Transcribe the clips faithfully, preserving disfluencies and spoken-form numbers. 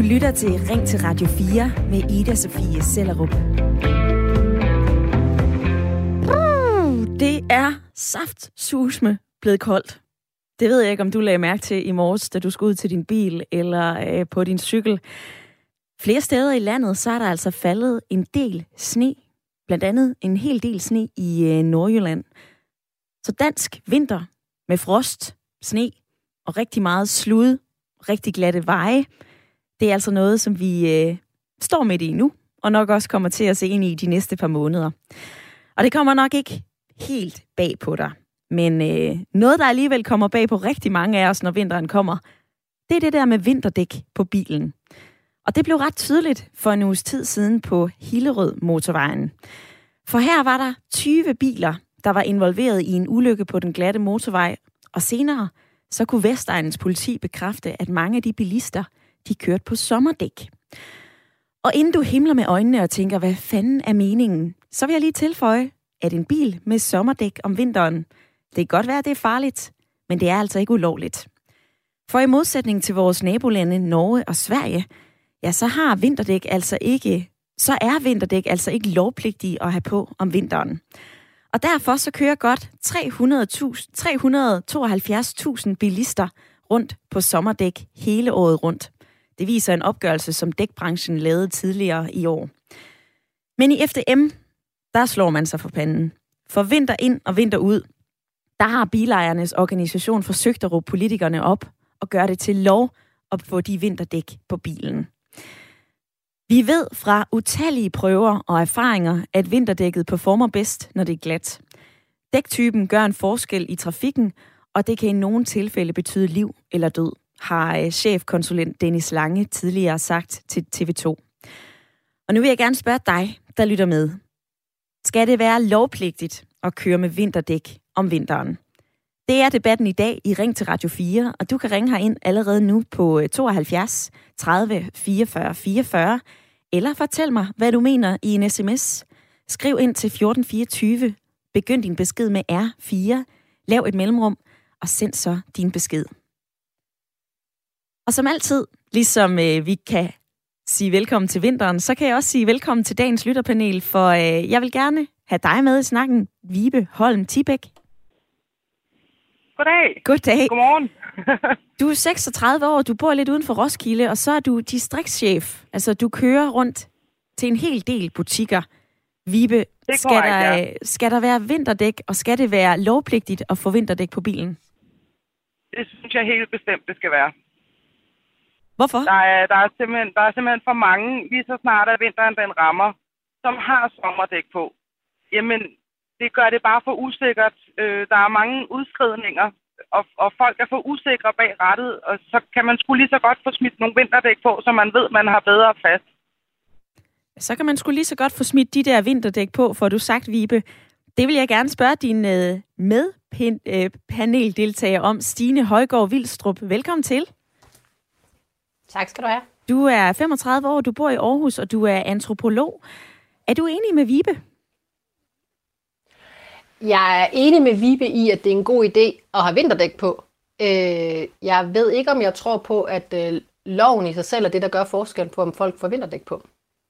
lytter til Ring til Radio fire med Ida Sofie Sellerup. Det er saftsusme blevet koldt. Det ved jeg ikke, om du lagde mærke til i morges, da du skulle ud til din bil eller øh, på din cykel. Flere steder i landet, så er der altså faldet en del sne. Blandt andet en hel del sne i øh, Nordjylland. Så dansk vinter med frost, sne og rigtig meget slud, rigtig glatte veje. Det er altså noget, som vi øh, står midt i nu, og nok også kommer til at se ind i de næste par måneder. Og det kommer nok ikke helt bag på dig. Men øh, noget, der alligevel kommer bag på rigtig mange af os, når vinteren kommer, det er det der med vinterdæk på bilen. Og det blev ret tydeligt for en uges tid siden på Hillerød motorvejen. For her var der tyve biler, der var involveret i en ulykke på den glatte motorvej, og senere så kunne Vestegnens politi bekræfte, at mange af de bilister, de kørte på sommerdæk. Og inden du himler med øjnene og tænker, hvad fanden er meningen, så vil jeg lige tilføje, at en bil med sommerdæk om vinteren, det kan godt være, at det er farligt, men det er altså ikke ulovligt. For i modsætning til vores nabolande Norge og Sverige, ja, så har vinterdæk altså ikke, så er vinterdæk altså ikke lovpligtige at have på om vinteren. Og derfor så kører godt tre hundrede og tooghalvfjerds tusind bilister rundt på sommerdæk hele året rundt. Det viser en opgørelse, som dækbranchen lavede tidligere i år. Men i F D M, der slår man sig for panden. For vinter ind og vinter ud, der har bilejernes organisation forsøgt at råbe politikerne op og gøre det til lov at få de vinterdæk på bilen. Vi ved fra utallige prøver og erfaringer, at vinterdækket performer bedst, når det er glat. Dæktypen gør en forskel i trafikken, og det kan i nogle tilfælde betyde liv eller død, har chefkonsulent Dennis Lange tidligere sagt til T V to. Og nu vil jeg gerne spørge dig, der lytter med. Skal det være lovpligtigt at køre med vinterdæk om vinteren? Det er debatten i dag i Ring til Radio fire, og du kan ringe herind allerede nu på tooghalvfjerds tredive fireogfyrre fireogfyrre, eller fortæl mig, hvad du mener i en sms. Skriv ind til fjorten fireogtyve, begynd din besked med R fire, lav et mellemrum, og send så din besked. Og som altid, ligesom øh, vi kan sige velkommen til vinteren, så kan jeg også sige velkommen til dagens lytterpanel, for øh, jeg vil gerne have dig med i snakken, Vibe Holm Tibæk. Goddag. Goddag. Godmorgen. Du er seksogtredive år, du bor lidt uden for Roskilde, og så er du distriktschef. Altså, du kører rundt til en hel del butikker. Vibe, skal, korrekt, der, ja. skal der være vinterdæk, og skal det være lovpligtigt at få vinterdæk på bilen? Det synes jeg helt bestemt, det skal være. Hvorfor? Der er, der er, simpelthen, der er simpelthen for mange, lige så snart at vinteren den rammer, som har sommerdæk på. Jamen, det gør det bare for usikkert. Øh, der er mange udskrivninger, og, og folk er for usikre bag rattet, og så kan man sgu lige så godt få smidt nogle vinterdæk på, så man ved, man har bedre fast. Så kan man sgu lige så godt få smidt de der vinterdæk på, får du sagt, Vibe. Det vil jeg gerne spørge din øh, medpaneldeltager om, Stine Højgaard Vilstrup. Velkommen til. Tak skal du have. Du er femogtredive år, du bor i Aarhus, og du er antropolog. Er du enig med Vibe? Jeg er enig med Vibe i, at det er en god idé at have vinterdæk på. Øh, jeg ved ikke, om jeg tror på, at øh, loven i sig selv er det, der gør forskel på, om folk får vinterdæk på.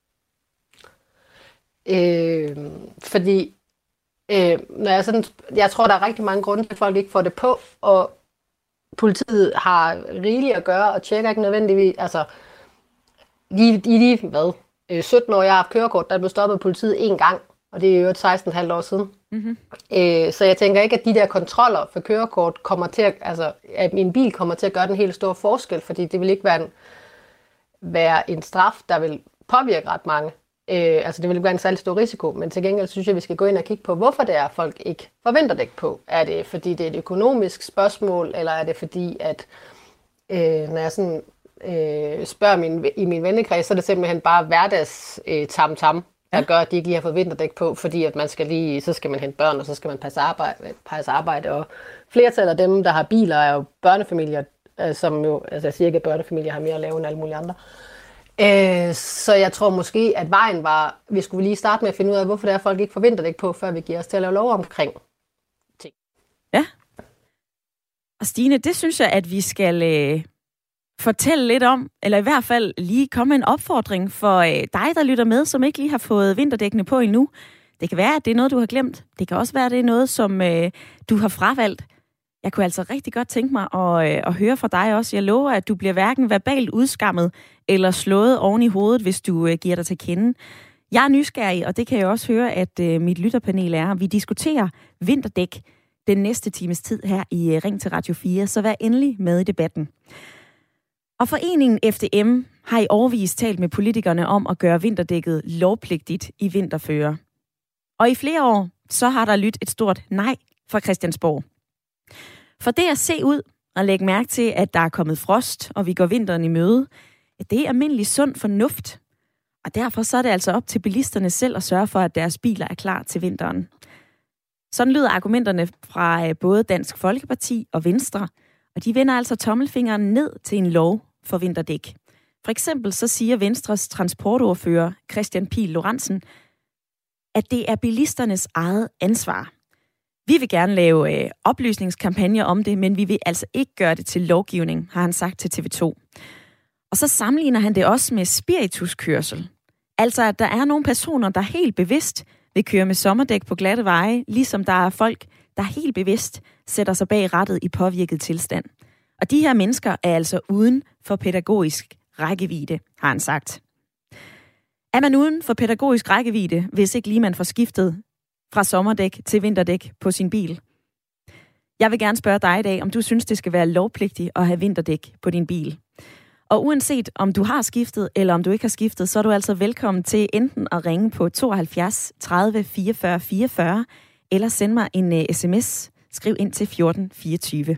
Øh, fordi øh, når jeg, sådan, jeg tror, der er rigtig mange grunde til, at folk ikke får det på, og politiet har rigeligt at gøre, og tjekker ikke nødvendigvis, altså i de, hvad, sytten år, jeg har haft kørekort, der blev stoppet politiet én gang, og det er jo seksten komma fem år siden. Mm-hmm. Øh, så jeg tænker ikke, at de der kontroller for kørekort kommer til at, altså at min bil kommer til at gøre den helt store forskel, fordi det vil ikke være en, være en straf, der vil påvirke ret mange. Øh, altså det vil ikke være en særlig stor risiko, men til gengæld synes jeg, at vi skal gå ind og kigge på, hvorfor det er, at folk ikke får vinterdæk på. Er det fordi, det er et økonomisk spørgsmål, eller er det fordi, at øh, når jeg sådan øh, spørger min, i min vennekreds, så er det simpelthen bare hverdags øh, tam-tam, der ja. gør, at de ikke lige har fået vinterdæk på, fordi at man skal lige, så skal man hente børn, og så skal man passe arbejde, passe arbejde. Og flertal af dem, der har biler, er jo børnefamilier, øh, som jo, altså jeg siger ikke, at børnefamilier har mere at lave end alle mulige andre. Øh, så jeg tror måske, at vejen var, vi skulle lige starte med at finde ud af, hvorfor det er, at folk ikke får vinterdæk på, før vi giver os til at lave lov omkring ting. Ja. Og Stine, det synes jeg, at vi skal øh, fortælle lidt om, eller i hvert fald lige komme med en opfordring for øh, dig, der lytter med, som ikke lige har fået vinterdækkene på endnu. Det kan være, at det er noget, du har glemt. Det kan også være, at det er noget, som øh, du har fravalgt. Jeg kunne altså rigtig godt tænke mig at, øh, at høre fra dig også. Jeg lover, at du bliver hverken verbalt udskammet eller slået oven i hovedet, hvis du øh, giver dig til kende. Jeg er nysgerrig, og det kan jeg også høre, at øh, mit lytterpanel er. Vi diskuterer vinterdæk den næste times tid her i øh, Ring til Radio fire, så vær endelig med i debatten. Og foreningen F D M har i årevis talt med politikerne om at gøre vinterdækket lovpligtigt i vinterføre. Og i flere år, så har der lyttet et stort nej fra Christiansborg. For det at se ud og lægge mærke til, at der er kommet frost, og vi går vinteren i møde, det er almindelig sund fornuft. Og derfor så er det altså op til bilisterne selv at sørge for, at deres biler er klar til vinteren. Sådan lyder argumenterne fra både Dansk Folkeparti og Venstre, og de vender altså tommelfingeren ned til en lov for vinterdæk. For eksempel så siger Venstres transportordfører Christian Pihl Lorentzen, at det er bilisternes eget ansvar. Vi vil gerne lave øh, oplysningskampagner om det, men vi vil altså ikke gøre det til lovgivning, har han sagt til T V to. Og så sammenligner han det også med spirituskørsel. Altså, at der er nogle personer, der helt bevidst vil køre med sommerdæk på glatte veje, ligesom der er folk, der helt bevidst sætter sig bag rattet i påvirket tilstand. Og de her mennesker er altså uden for pædagogisk rækkevidde, har han sagt. Er man uden for pædagogisk rækkevidde, hvis ikke lige man får skiftet fra sommerdæk til vinterdæk på sin bil? Jeg vil gerne spørge dig i dag, om du synes, det skal være lovpligtigt at have vinterdæk på din bil. Og uanset om du har skiftet, eller om du ikke har skiftet, så er du altså velkommen til enten at ringe på tooghalvfjerds tredive fireogfyrre fireogfyrre, eller send mig en uh, sms. Skriv ind til fjorten fireogtyve.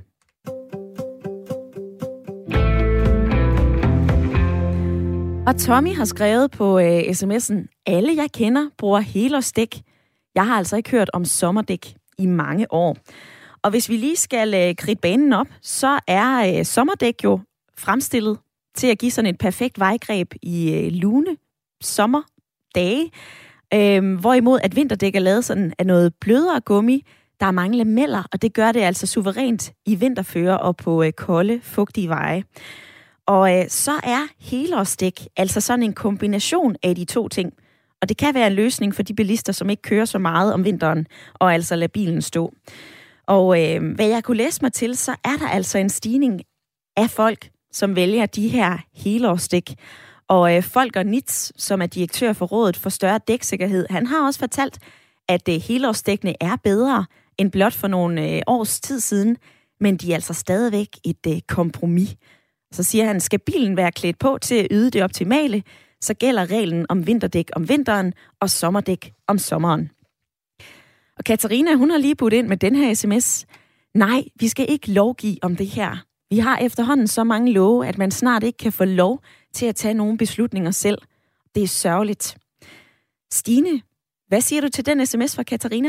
Og Tommy har skrevet på uh, sms'en, alle jeg kender bruger helårsdæk. Jeg har altså ikke hørt om sommerdæk i mange år. Og hvis vi lige skal uh, kridte banen op, så er uh, sommerdæk jo fremstillet til at give sådan et perfekt vejgreb i uh, lune sommerdage. Uh, hvorimod at vinterdæk er lavet sådan af noget blødere gummi. Der er mange lameller, og det gør det altså suverænt i vinterføre og på uh, kolde, fugtige veje. Og øh, så er helårsdæk altså sådan en kombination af de to ting. Og det kan være en løsning for de bilister, som ikke kører så meget om vinteren, og altså lader bilen stå. Og øh, hvad jeg kunne læse mig til, så er der altså en stigning af folk, som vælger de her helårsdæk. Og øh, Folker Nitz, som er direktør for Rådet for Større Dæksikkerhed, han har også fortalt, at øh, helårsdækkene er bedre end blot for nogle øh, års tid siden, men de er altså stadigvæk et øh, kompromis. Så siger han, skal bilen være klædt på til at yde det optimale, så gælder reglen om vinterdæk om vinteren og sommerdæk om sommeren. Og Katarina, hun har lige budt ind med den her sms. Nej, vi skal ikke lovgive om det her. Vi har efterhånden så mange love, at man snart ikke kan få lov til at tage nogle beslutninger selv. Det er sørgeligt. Stine, hvad siger du til den sms fra Katarina?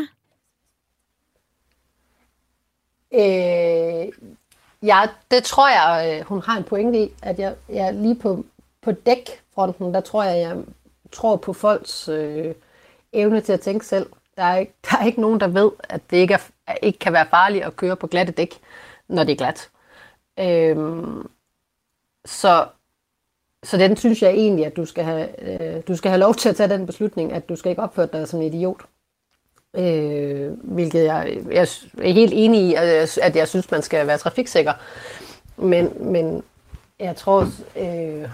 Øh... Ja, det tror jeg, hun har en pointe i, at jeg, jeg lige på, på dækfronten, der tror jeg, jeg tror på folks øh, evne til at tænke selv. Der er, ikke, der er ikke nogen, der ved, at det ikke, er, ikke kan være farligt at køre på glatte dæk, når det er glat. Øhm, så, så den synes jeg egentlig, at du skal, have, øh, du skal have lov til at tage den beslutning, at du skal ikke opføre dig som en idiot. Øh, hvilket jeg, jeg er helt enig i, at jeg synes, man skal være trafiksikker. Men, men jeg tror øh,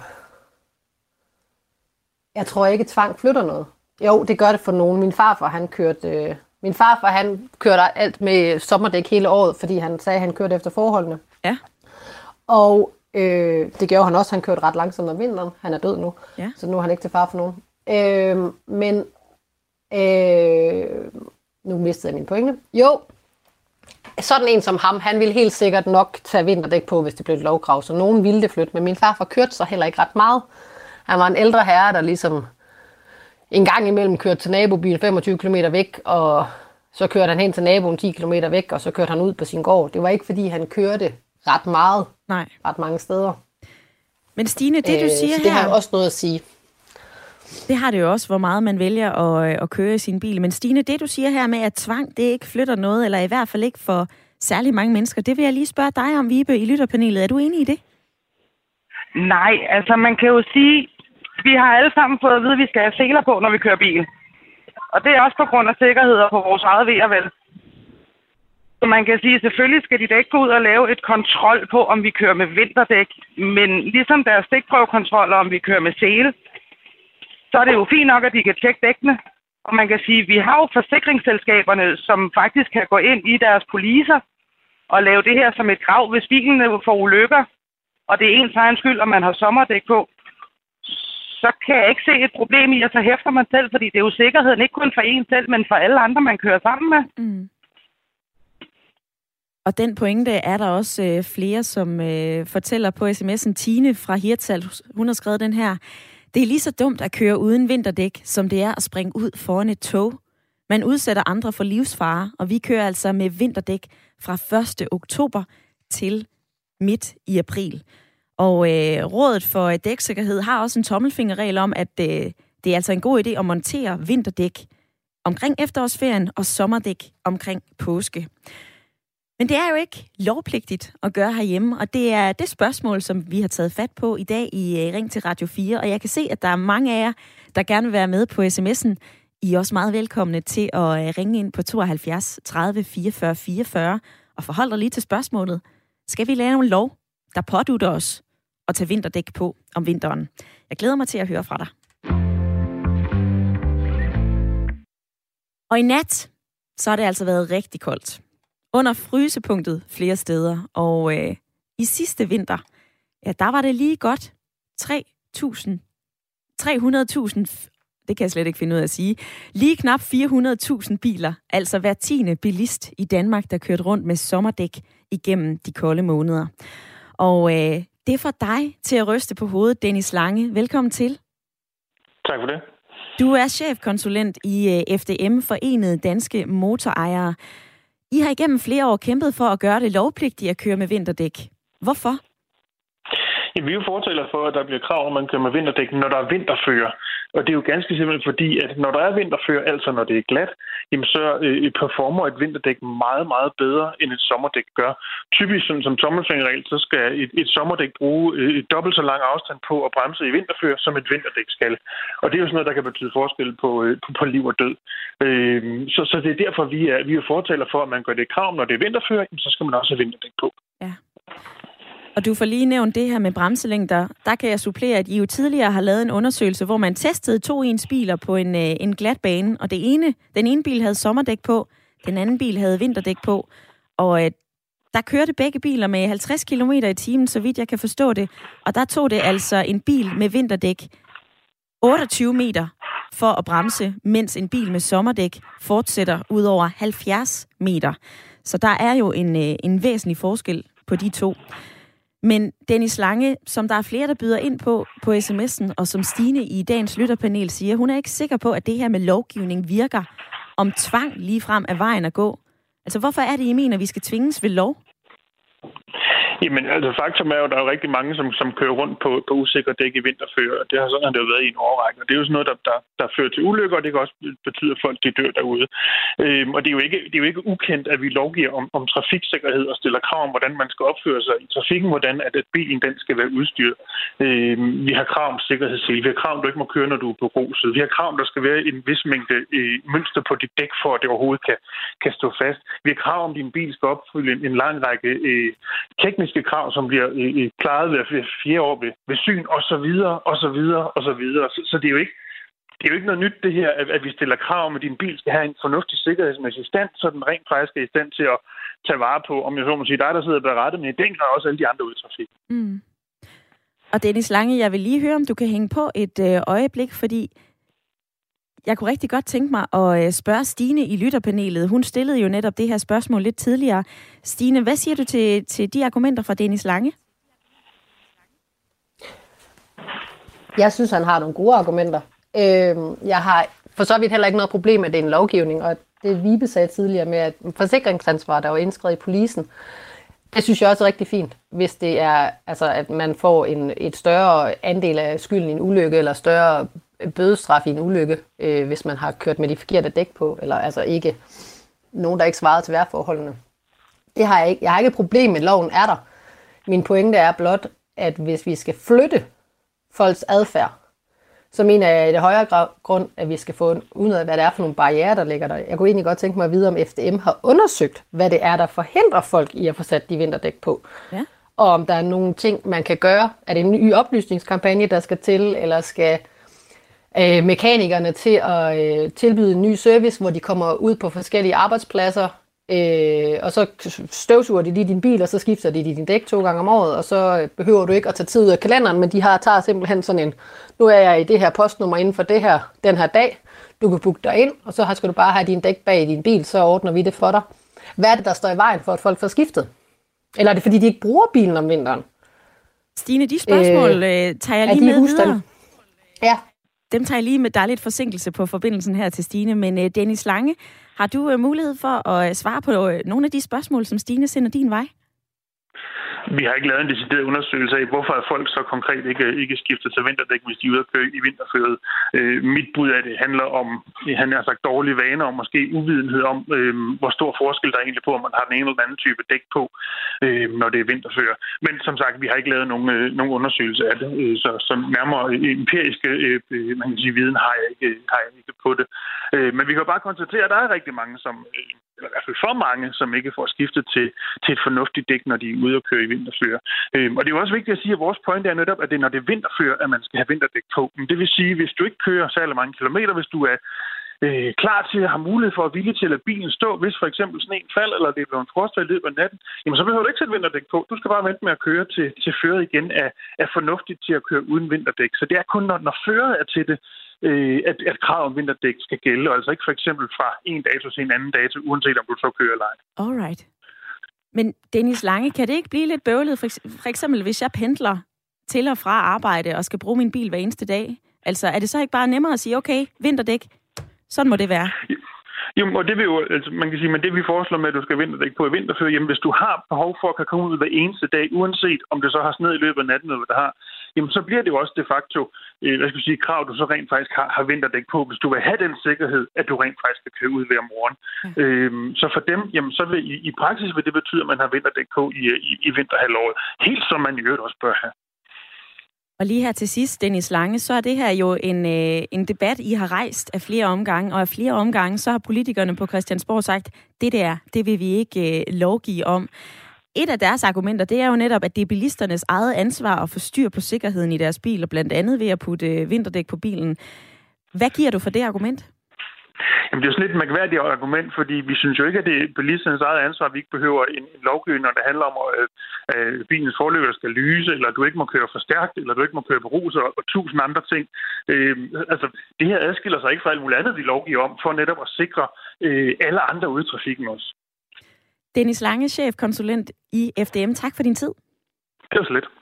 jeg tror ikke, at tvang flytter noget. Jo, det gør det for nogen. Min farfar, han kørte, øh, min farfar, han kørte alt med sommerdæk hele året, fordi han sagde, at han kørte efter forholdene. Ja. Og øh, det gjorde han også. Han kørte ret langsomt om vinteren. Han er død nu, ja. Så nu er han ikke til far for nogen. Øh, men Øh, nu mistede jeg min pointe. Jo, sådan en som ham, han ville helt sikkert nok tage vinterdæk på, hvis det blev et lovkrav, så nogen ville det flytte, men min farfar kørte så heller ikke ret meget. Han var en ældre herre, der ligesom en gang imellem kørte til nabobyen femogtyve kilometer væk, og så kørte han hen til naboen ti kilometer væk, og så kørte han ud på sin gård. Det var ikke, fordi han kørte ret meget, Nej. ret mange steder. Men Stine, det du øh, siger det her... det har også noget at sige. Det har det jo også, hvor meget man vælger at, at køre i sin bil. Men Stine, det du siger her med, at tvang, det ikke flytter noget, eller i hvert fald ikke for særlig mange mennesker, det vil jeg lige spørge dig om, Vibe, i lytterpanelet. Er du enig i det? Nej, altså man kan jo sige, vi har alle sammen fået at vide, at vi skal have seler på, når vi kører bil. Og det er også på grund af sikkerhed og på vores eget ved og vel. Så man kan sige, at selvfølgelig skal de da ikke gå ud og lave et kontrol på, om vi kører med vinterdæk. Men ligesom deres stikprøvekontroller, om vi kører med sele, så er det jo fint nok, at de kan tjekke dækkene. Og man kan sige, at vi har jo forsikringsselskaberne, som faktisk kan gå ind i deres policer og lave det her som et krav, hvis bilen får ulykker, og det er ens egen skyld, om man har sommerdæk på, så kan jeg ikke se et problem i, at så hæfter man selv, fordi det er jo sikkerheden, ikke kun for en selv, men for alle andre, man kører sammen med. Mm. Og den pointe er der også øh, flere, som øh, fortæller på sms'en. Tine fra Hirtshals, hun har skrevet den her. Det er lige så dumt at køre uden vinterdæk, som det er at springe ud foran et tog. Man udsætter andre for livsfare, og vi kører altså med vinterdæk fra første oktober til midt i april. Og øh, Rådet for Dæksikkerhed har også en tommelfingerregel om, at øh, det er altså en god idé at montere vinterdæk omkring efterårsferien og sommerdæk omkring påske. Men det er jo ikke lovpligtigt at gøre herhjemme, og det er det spørgsmål, som vi har taget fat på i dag i Ring til Radio fire. Og jeg kan se, at der er mange af jer, der gerne vil være med på sms'en. I er også meget velkomne til at ringe ind på tooghalvfjerds tredive fireogfyrre fireogfyrre og forholde dig lige til spørgsmålet. Skal vi lave en lov, der pådutter os at tage vinterdæk på om vinteren? Jeg glæder mig til at høre fra dig. Og i nat, så har det altså været rigtig koldt. Under frysepunktet flere steder, og øh, i sidste vinter, ja, der var det lige godt tre hundrede tusind, det kan jeg slet ikke finde ud af at sige, lige knap fire hundrede tusind biler, altså hver tiende bilist i Danmark, der kørte rundt med sommerdæk igennem de kolde måneder. Og øh, det får dig til at ryste på hovedet, Dennis Lange. Velkommen til. Tak for det. Du er chefkonsulent i F D M, Forenede Danske Motorejere. I har igennem flere år kæmpet for at gøre det lovpligtigt at køre med vinterdæk. Hvorfor? Ja, vi er jo fortaler for, at der bliver krav, at man kører med vinterdæk, når der er vinterfører. Og det er jo ganske simpelthen fordi, at når der er vinterfører, altså når det er glat, jamen så øh, performer et vinterdæk meget, meget bedre, end et sommerdæk gør. Typisk sådan, som tommelfingerregel, så skal et, et sommerdæk bruge øh, dobbelt så lang afstand på at bremse i vinterfører, som et vinterdæk skal. Og det er jo sådan noget, der kan betyde forskel på, øh, på, på liv og død. Øh, så, så det er derfor, vi er, vi er fortaler for, at man gør det krav, når det er vinterfører, så skal man også have vinterdæk på. Ja. Og du får lige nævnt det her med bremselængder. Der kan jeg supplere, at I jo tidligere har lavet en undersøgelse, hvor man testede to ens biler på en, en glat bane. Og det ene, den ene bil havde sommerdæk på, den anden bil havde vinterdæk på. Og øh, der kørte begge biler med halvtreds kilometer i timen, så vidt jeg kan forstå det. Og der tog det altså en bil med vinterdæk otteogtyve meter for at bremse, mens en bil med sommerdæk fortsætter ud over halvfjerds meter. Så der er jo en, en væsentlig forskel på de to. Men Dennis Lange, som der er flere, der byder ind på på sms'en, og som Stine i dagens lytterpanel siger, hun er ikke sikker på, at det her med lovgivning virker, om tvang lige frem af vejen at gå. Altså, hvorfor er det, I mener, at vi skal tvinges ved lov? Jamen, altså faktum er jo, at der er jo rigtig mange, som, som kører rundt på, på usikre dæk i vinterfører. Det har sådan det jo været i en årrække. Og det er jo sådan noget, der, der, der fører til ulykker, og det kan også betyde, at folk de dør derude. Øhm, og det er, jo ikke, det er jo ikke ukendt, at vi lovgiver om, om trafiksikkerhed og stiller krav om, hvordan man skal opføre sig i trafikken, hvordan at, at bilen den skal være udstyret. Øhm, vi har krav om sikkerhedssele. Vi har krav om, at du ikke må køre, når du er på gruset. Vi har krav om, at der skal være en vis mængde øh, mønster på dit dæk, for at det overhovedet kan, kan stå fast. Vi har krav om, at din bil skal opfylde en, en lang række øh, tekniske krav, som bliver øh, klaret ved fjerde år ved, ved syn, og så videre, og så videre, og så videre. Så, så det er jo ikke det er jo ikke noget nyt, det her, at, at vi stiller krav om, at din bil skal have en fornuftig sikkerhedsmæssig stand, så den rent faktisk er i stand til at tage vare på, om jeg så må sige, dig, der sidder berettet, men i den grad også alle de andre ud i trafikken. Mm. Og Dennis Lange, jeg vil lige høre, om du kan hænge på et øh, øjeblik, fordi jeg kunne rigtig godt tænke mig at spørge Stine i lytterpanelet. Hun stillede jo netop det her spørgsmål lidt tidligere. Stine, hvad siger du til, til de argumenter fra Dennis Lange? Jeg synes, han har nogle gode argumenter. Jeg har for så vidt heller ikke noget problem med, at det er en lovgivning, og det Vibe sagde tidligere med, at forsikringsansvar, der var indskrevet i polisen, det synes jeg også er rigtig fint, hvis det er, altså, at man får en, et større andel af skylden i en ulykke, eller større bødestraf i en ulykke, øh, hvis man har kørt med de forkerte dæk på, eller altså ikke nogen, der ikke svarede til vejrforholdene. Det har jeg ikke. Jeg har ikke et problem med, loven er der. Min pointe er blot, at hvis vi skal flytte folks adfærd, så mener jeg i det højere grund, at vi skal få ud af, hvad det er for nogle barrierer, der ligger der. Jeg kunne egentlig godt tænke mig at vide, om F D M har undersøgt, hvad det er, der forhindrer folk i at få sat de vinterdæk på. Ja. Og om der er nogle ting, man kan gøre. Er det en ny oplysningskampagne, der skal til, eller skal øh, mekanikerne til at øh, tilbyde en ny service, hvor de kommer ud på forskellige arbejdspladser, øh, og så støvsuger de lige din bil, og så skifter de din dæk to gange om året, og så behøver du ikke at tage tid ud af kalenderen, men de har tager simpelthen sådan en, nu er jeg i det her postnummer inden for det her, den her dag, du kan booke dig ind, og så skal du bare have din dæk bag i din bil, så ordner vi det for dig. Hvad er det, der står i vejen for, at folk får skiftet? Eller er det, fordi de ikke bruger bilen om vinteren? Stine, de spørgsmål øh, tager jeg lige med husstand? videre. Ja. Dem tager jeg lige med. Der er lidt forsinkelse på forbindelsen her til Stine, men øh, Dennis Lange, har du øh, mulighed for at øh, svare på øh, nogle af de spørgsmål, som Stine sender din vej? Vi har ikke lavet en decideret undersøgelse af, hvorfor er folk så konkret ikke, ikke skifter til vinterdæk, hvis de er ude at køre i vinterføret. Øh, mit bud af det handler om, han har sagt, dårlige vaner, og måske uvidenhed om, øh, hvor stor forskel der er egentlig på, om man har den ene eller den anden type dæk på, øh, når det er vinterfører. Men som sagt, vi har ikke lavet nogen, øh, nogen undersøgelse af det, øh, så som nærmere empiriske øh, man kan sige, viden har jeg ikke, har jeg ikke på det. Øh, men vi kan bare konstatere, at der er rigtig mange, som, øh, eller i hvert fald for mange, som ikke får skiftet til, til et fornuftigt dæk, når de er ude at køre i vinterfører. Øhm, og det er jo også vigtigt at sige, at vores pointe er netop, at det er, når det er vinterfører, at man skal have vinterdæk på. Men det vil sige, hvis du ikke kører særlig mange kilometer, hvis du er øh, klar til at have mulighed for at vilje til at lade bilen stå, hvis for eksempel sneen falder, eller det er blevet frostvejr i løbet af natten, jamen så behøver du ikke sætte vinterdæk på. Du skal bare vente med at køre til, til føret igen er, er fornuftigt til at køre uden vinterdæk. Så det er kun, når, når føret er til det, øh, at, at krav om vinterdæk skal gælde, og altså ikke for eksempel fra en dato til en anden dato, uanset om du så kører eller ej. Alright. Men Dennis Lange, kan det ikke blive lidt bøvlet, for eksempel hvis jeg pendler til og fra arbejde og skal bruge min bil hver eneste dag? Altså, er det så ikke bare nemmere at sige, okay, vinterdæk, sådan må det være? Jo, og det vil jo, altså man kan sige, men det vi foreslår med, at du skal vinterdæk på i vinterfører, jamen hvis du har behov for at kan komme ud hver eneste dag, uanset om det så har sneet i løbet af natten eller hvad det har, jamen så bliver det jo også de facto, øh, hvad skal jeg sige, krav, du så rent faktisk har, har vinterdæk på, hvis du vil have den sikkerhed, at du rent faktisk kan køre ud hver morgen. Ja. Øhm, så for dem, jamen så vil i, i praksis vil det betyde, at man har vinterdæk på i, i, i vinterhalvåret, helt som man i øvrigt også bør have. Og lige her til sidst, Dennis Lange, så er det her jo en, øh, en debat, I har rejst af flere omgange, og af flere omgange, så har politikerne på Christiansborg sagt, det der, det vil vi ikke øh, lovgive om. Et af deres argumenter, det er jo netop, at det er bilisternes eget ansvar at få styr på sikkerheden i deres bil, og blandt andet ved at putte øh, vinterdæk på bilen. Hvad giver du for det argument? Jamen, det er jo sådan lidt et mærkværdigt argument, fordi vi synes jo ikke, at det er bilisternes eget ansvar, at vi ikke behøver en, en lovgivning, når det handler om, at øh, bilens forløber skal lyse, eller du ikke må køre for stærkt, eller du ikke må køre på rus og, og tusind andre ting. Øh, altså, det her adskiller sig ikke fra alt muligt andet, vi lovgiver om, for netop at sikre øh, alle andre ude i trafikken også. Dennis Lange, chefkonsulent i F D M. Tak for din tid. Det var så lidt.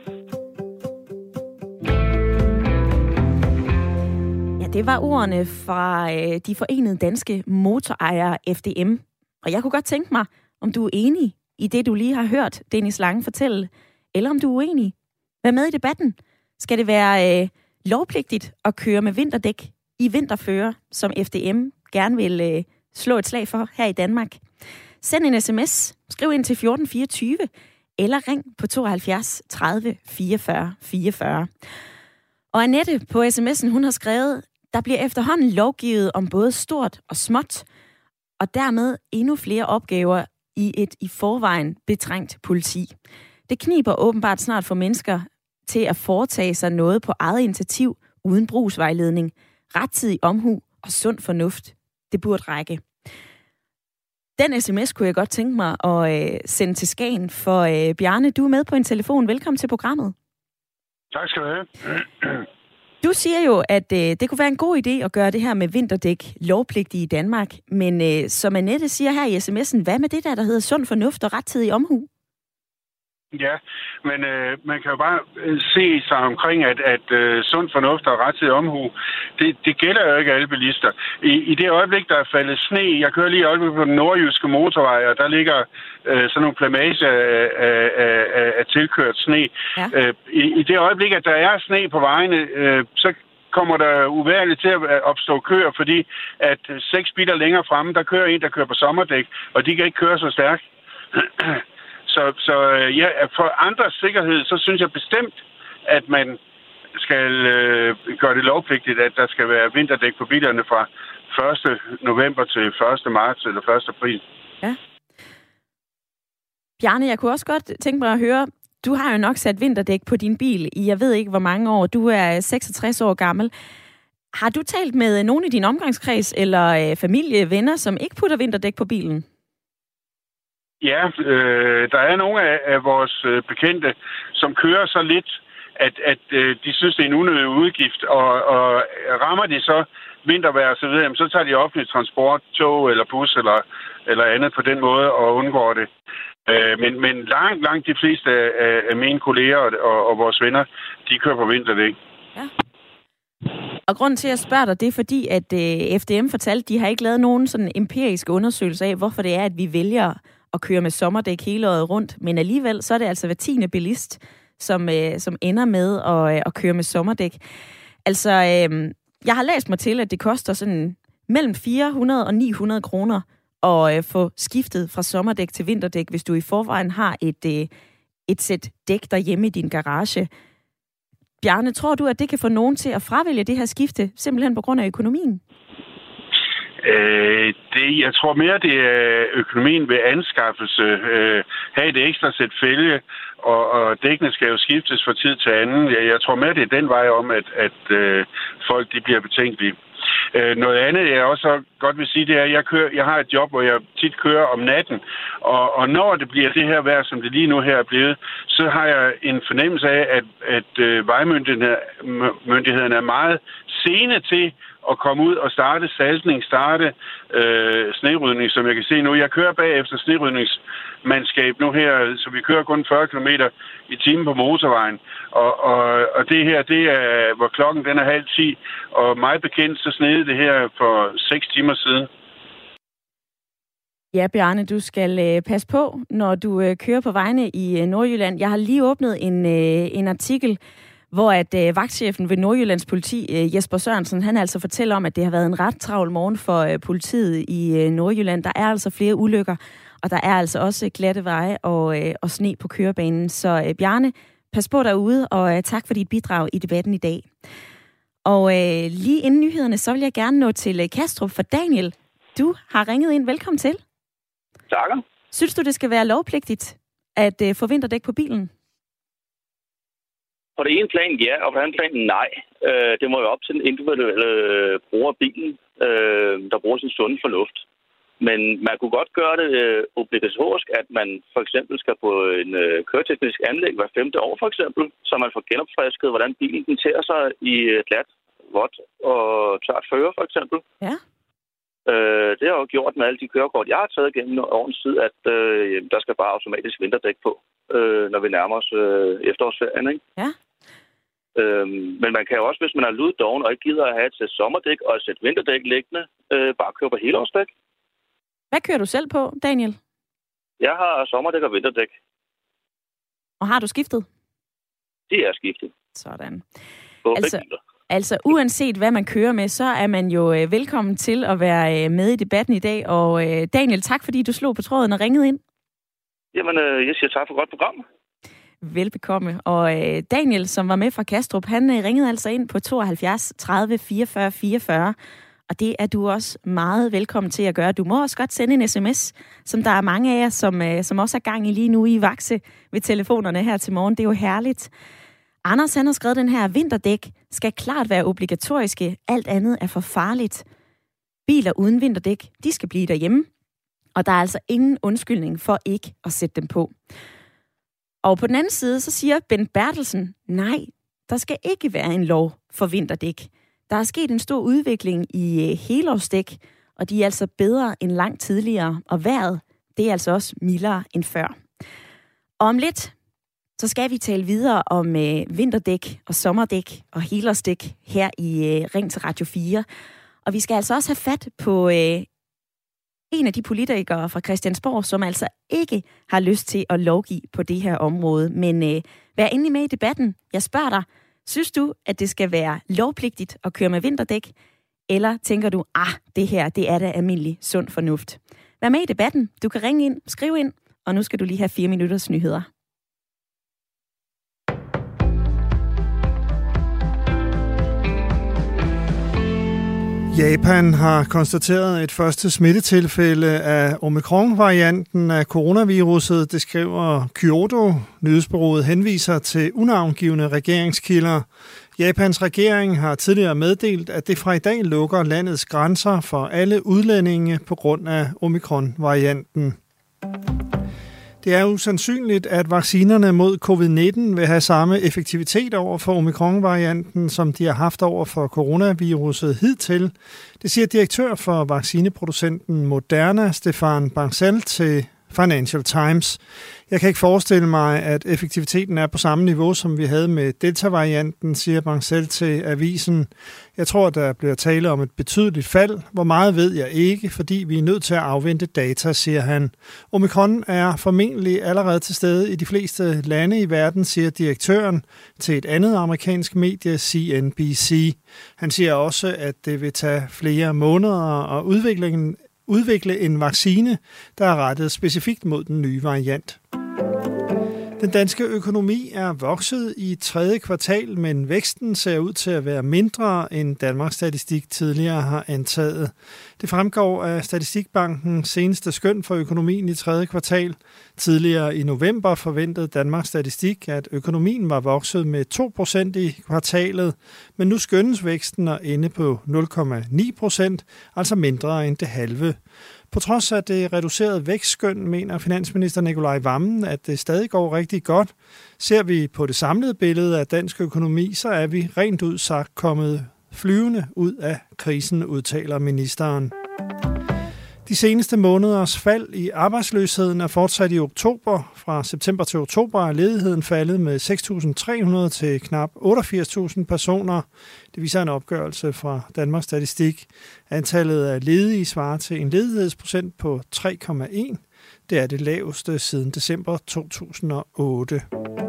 Det var ordene fra øh, de forenede danske motorejere F D M. Og jeg kunne godt tænke mig, om du er enig i det, du lige har hørt Dennis Lange fortælle, eller om du er uenig. Vær med i debatten. Skal det være øh, lovpligtigt at køre med vinterdæk i vinterfører, som F D M gerne vil øh, slå et slag for her i Danmark? Send en sms, skriv ind til fjorten fireogtyve, eller ring på tooghalvfjerds tredive fireogfyrre fireogfyrre. Og Annette på sms'en, hun har skrevet, der bliver efterhånden lovgivet om både stort og småt, og dermed endnu flere opgaver i et i forvejen betrængt politi. Det kniber åbenbart snart for mennesker til at foretage sig noget på eget initiativ uden brugsvejledning, rettidig omhu og sund fornuft. Det burde række. Den sms kunne jeg godt tænke mig at øh, sende til Skagen, for øh, Bjarne, du er med på en telefon. Velkommen til programmet. Tak skal du have. Du siger jo, at øh, det kunne være en god idé at gøre det her med vinterdæk lovpligtigt i Danmark. Men øh, som Annette siger her i sms'en, hvad med det der, der hedder sund fornuft og rettidig omhu? Ja, men øh, man kan jo bare se sig omkring, at, at øh, sund fornuft og rettidig omhu, det, det gælder jo ikke alle bilister. I, I det øjeblik, der er faldet sne, jeg kører lige øjeblik på den nordjyske motorvej, og der ligger øh, sådan nogle plamager af, af, af, af tilkørt sne. Ja. Øh, i, I det øjeblik, at der er sne på vejene, øh, så kommer der uværligt til at opstå køer, fordi at seks biler længere fremme, der kører en, der kører på sommerdæk, og de kan ikke køre så stærkt. Så, så ja, for andres sikkerhed, så synes jeg bestemt, at man skal øh, gøre det lovpligtigt, at der skal være vinterdæk på bilerne fra første november til første marts eller første april. Ja. Bjarne, jeg kunne også godt tænke mig at høre, du har jo nok sat vinterdæk på din bil i, jeg ved ikke hvor mange år, du er seksogtres år gammel. Har du talt med nogen i din omgangskreds eller familie, venner, som ikke putter vinterdæk på bilen? Ja, øh, der er nogle af, af vores bekendte, som kører så lidt, at, at øh, de synes, det er en unødig udgift, og, og rammer de så vintervejr og så videre, så tager de offentlig transport, tog eller bus eller, eller andet på den måde og undgår det. Øh, men, men langt, langt de fleste af, af mine kolleger og, og, og vores venner, de kører på vinterdæk. Ja. Og grunden til, at jeg spørger dig, det er fordi, at øh, F D M fortalte, de har ikke lavet nogen sådan empiriske undersøgelser af, hvorfor det er, at vi vælger at køre med sommerdæk hele året rundt. Men alligevel, så er det altså hver tiende bilist, som, øh, som ender med at, øh, at køre med sommerdæk. Altså, øh, jeg har læst mig til, at det koster sådan mellem fire hundrede og ni hundrede kroner at øh, få skiftet fra sommerdæk til vinterdæk, hvis du i forvejen har et, øh, et sæt dæk derhjemme i din garage. Bjarne, tror du, at det kan få nogen til at fravælge det her skifte, simpelthen på grund af økonomien? Øh, det, jeg tror mere, det er økonomien ved anskaffelse. Øh, have et ekstra sæt fælge, og, og dækkene skal jo skiftes fra tid til anden. Jeg, jeg tror mere, det er den vej om, at, at øh, folk de bliver betænkelige. Øh, noget andet, jeg også godt vil sige, det er, at jeg, kører, jeg har et job, hvor jeg tit kører om natten. Og, og når det bliver det her vejr, som det lige nu her er blevet, så har jeg en fornemmelse af, at, at øh, vejmyndighederne er meget sene til at komme ud og starte saltning, starte øh, snerydning, som jeg kan se nu. Jeg kører bagefter snerydningsmandskab nu her, så vi kører kun fyrre kilometer i timen på motorvejen. Og, og, og det her, det er, hvor klokken den er halv ti, og mig bekendt, så snede det her for seks timer siden. Ja, Bjarne, du skal øh, passe på, når du øh, kører på vejene i øh, Nordjylland. Jeg har lige åbnet en, øh, en artikel, hvor at øh, vagtchefen ved Nordjyllands politi, øh, Jesper Sørensen, han altså fortæller om, at det har været en ret travl morgen for øh, politiet i øh, Nordjylland. Der er altså flere ulykker, og der er altså også glatte veje og, øh, og sne på kørebanen. Så øh, Bjarne, pas på derude, og øh, tak for dit bidrag i debatten i dag. Og øh, lige inden nyhederne, så vil jeg gerne nå til øh, Kastrup, for Daniel, du har ringet ind. Velkommen til. Takker. Synes du, det skal være lovpligtigt at øh, få vinterdæk på bilen? På det ene plan ja, og på den anden plan nej. Øh, det må jo op til den individuelle øh, bruger af bilen, øh, der bruger sin sunde fornuft. Men man kunne godt gøre det øh, obligatorisk, at man for eksempel skal på en øh, køreteknisk anlæg hver femte år for eksempel, så man får genopfrisket, hvordan bilen håndterer sig i et glat, vådt og tørt føre for eksempel. Ja. Øh, det har jo gjort med alle de kørekort, jeg har taget gennem årens tid, at øh, der skal bare automatisk vinterdæk på, øh, når vi nærmer os øh, efterårsferien, ikke? Ja. Øhm, men man kan jo også, hvis man er luddoven og ikke gider at have et sæt sommerdæk og et sæt vinterdæk liggende, øh, bare køre på helårsdæk. Hvad kører du selv på, Daniel? Jeg har sommerdæk og vinterdæk. Og har du skiftet? Det er skiftet. Sådan. På altså, altså uanset hvad man kører med, så er man jo øh, velkommen til at være øh, med i debatten i dag. Og øh, Daniel, tak fordi du slog på tråden og ringede ind. Jamen, øh, jeg siger tak for godt program. Velbekomme. Og øh, Daniel, som var med fra Kastrup, han øh, ringede altså ind på tooghalvfjerds tredive fireogfyrre fireogfyrre. Og det er du også meget velkommen til at gøre. Du må også godt sende en sms, som der er mange af jer, som, øh, som også er gang i lige nu i Vakse ved telefonerne her til morgen. Det er jo herligt. Anders, han har skrevet den her: vinterdæk skal klart være obligatoriske. Alt andet er for farligt. Biler uden vinterdæk, de skal blive derhjemme. Og der er altså ingen undskyldning for ikke at sætte dem på. Og på den anden side, så siger Ben Bertelsen, nej, der skal ikke være en lov for vinterdæk. Der er sket en stor udvikling i helårsdæk, og de er altså bedre end langt tidligere. Og vejret, det er altså også mildere end før. Og om lidt, så skal vi tale videre om øh, vinterdæk og sommerdæk og helårsdæk her i øh, Ring til Radio fire. Og vi skal altså også have fat på øh, en af de politikere fra Christiansborg, som altså ikke har lyst til at lovgive på det her område. Men øh, vær endelig med i debatten. Jeg spørger dig, synes du, at det skal være lovpligtigt at køre med vinterdæk? Eller tænker du, ah, det her, det er da almindelig sund fornuft? Vær med i debatten. Du kan ringe ind, skrive ind, og nu skal du lige have fire minutters nyheder. Japan har konstateret et første smittetilfælde af omikron-varianten af coronaviruset, det skriver Kyodo. Nyhedsbureauet henviser til unavngivne regeringskilder. Japans regering har tidligere meddelt, at det fra i dag lukker landets grænser for alle udlændinge på grund af omikron-varianten. Det er usandsynligt, at vaccinerne mod covid nitten vil have samme effektivitet over for omikron-varianten, som de har haft over for coronaviruset hidtil. Det siger direktør for vaccineproducenten Moderna, Stéphane Bancel, til Financial Times. Jeg kan ikke forestille mig, at effektiviteten er på samme niveau, som vi havde med Delta-varianten, siger Bancel til avisen. Jeg tror, der bliver tale om et betydeligt fald. Hvor meget ved jeg ikke, fordi vi er nødt til at afvente data, siger han. Omikron er formentlig allerede til stede i de fleste lande i verden, siger direktøren til et andet amerikansk medie, C N B C. Han siger også, at det vil tage flere måneder, og udviklingen udvikle en vaccine, der er rettet specifikt mod den nye variant. Den danske økonomi er vokset i tredje kvartal, men væksten ser ud til at være mindre, end Danmarks Statistik tidligere har antaget. Det fremgår af Statistikbankens seneste skøn for økonomien i tredje kvartal. Tidligere i november forventede Danmarks Statistik, at økonomien var vokset med to procent i kvartalet, men nu skønnes væksten at ende på nul komma ni procent, altså mindre end det halve. På trods af det reducerede vækstskøn, mener finansminister Nicolai Wammen, at det stadig går rigtig godt. Ser vi på det samlede billede af dansk økonomi, så er vi rent ud sagt kommet flyvende ud af krisen, udtaler ministeren. De seneste måneders fald i arbejdsløsheden er fortsat i oktober. Fra september til oktober er ledigheden faldet med seks tusind tre hundrede til knap otteogfirs tusind personer. Det viser en opgørelse fra Danmarks Statistik. Antallet af ledige svarer til en ledighedsprocent på tre komma en. Det er det laveste siden december to tusind og otte.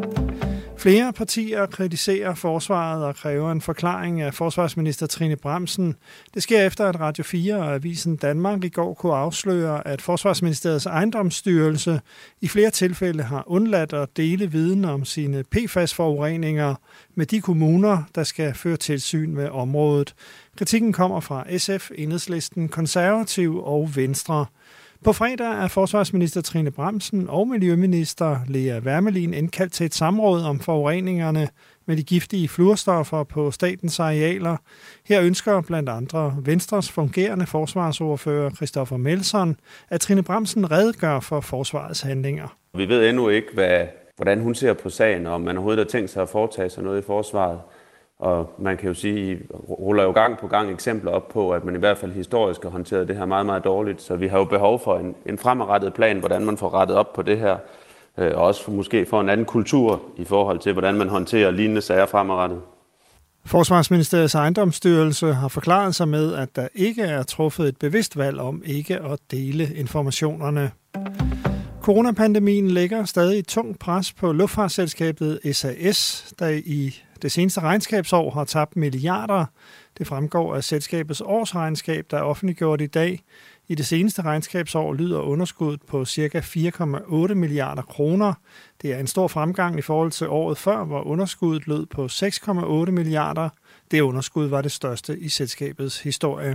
Flere partier kritiserer forsvaret og kræver en forklaring af forsvarsminister Trine Bramsen. Det sker efter, at Radio fire og Avisen Danmark i går kunne afsløre, at Forsvarsministeriets ejendomsstyrelse i flere tilfælde har undladt at dele viden om sine P F A S-forureninger med de kommuner, der skal føre tilsyn med området. Kritikken kommer fra S F, Enhedslisten, Konservativ og Venstre. På fredag er forsvarsminister Trine Bramsen og miljøminister Lea Wermelin indkaldt til et samråd om forureningerne med de giftige fluorstoffer på statens arealer. Her ønsker blandt andre Venstres fungerende forsvarsordfører Christoffer Melson, at Trine Bramsen redegør for forsvarets handlinger. Vi ved endnu ikke, hvad, hvordan hun ser på sagen, og om man overhovedet har tænkt sig at foretage sig noget i forsvaret. Og man kan jo sige, ruller jo gang på gang eksempler op på, at man i hvert fald historisk har håndteret det her meget, meget dårligt. Så vi har jo behov for en, en fremadrettet plan, hvordan man får rettet op på det her. Og også for, måske for en anden kultur i forhold til, hvordan man håndterer lignende sager fremadrettet. Forsvarsministeriets ejendomsstyrelse har forklaret sig med, at der ikke er truffet et bevidst valg om ikke at dele informationerne. Coronapandemien lægger stadig et tungt pres på luftfartsselskabet S A S, der i det seneste regnskabsår har tabt milliarder. Det fremgår af selskabets årsregnskab, der er offentliggjort i dag. I det seneste regnskabsår lyder underskuddet på ca. fire komma otte milliarder kroner. Det er en stor fremgang i forhold til året før, hvor underskuddet lød på seks komma otte milliarder. Det underskud var det største i selskabets historie.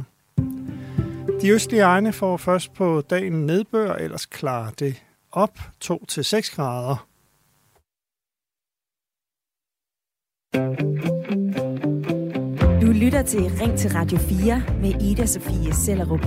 De østlige egne får først på dagen nedbør, ellers klarer det op to til seks grader. Du lytter til Ring til Radio fire med Ida Sofie Sellerup.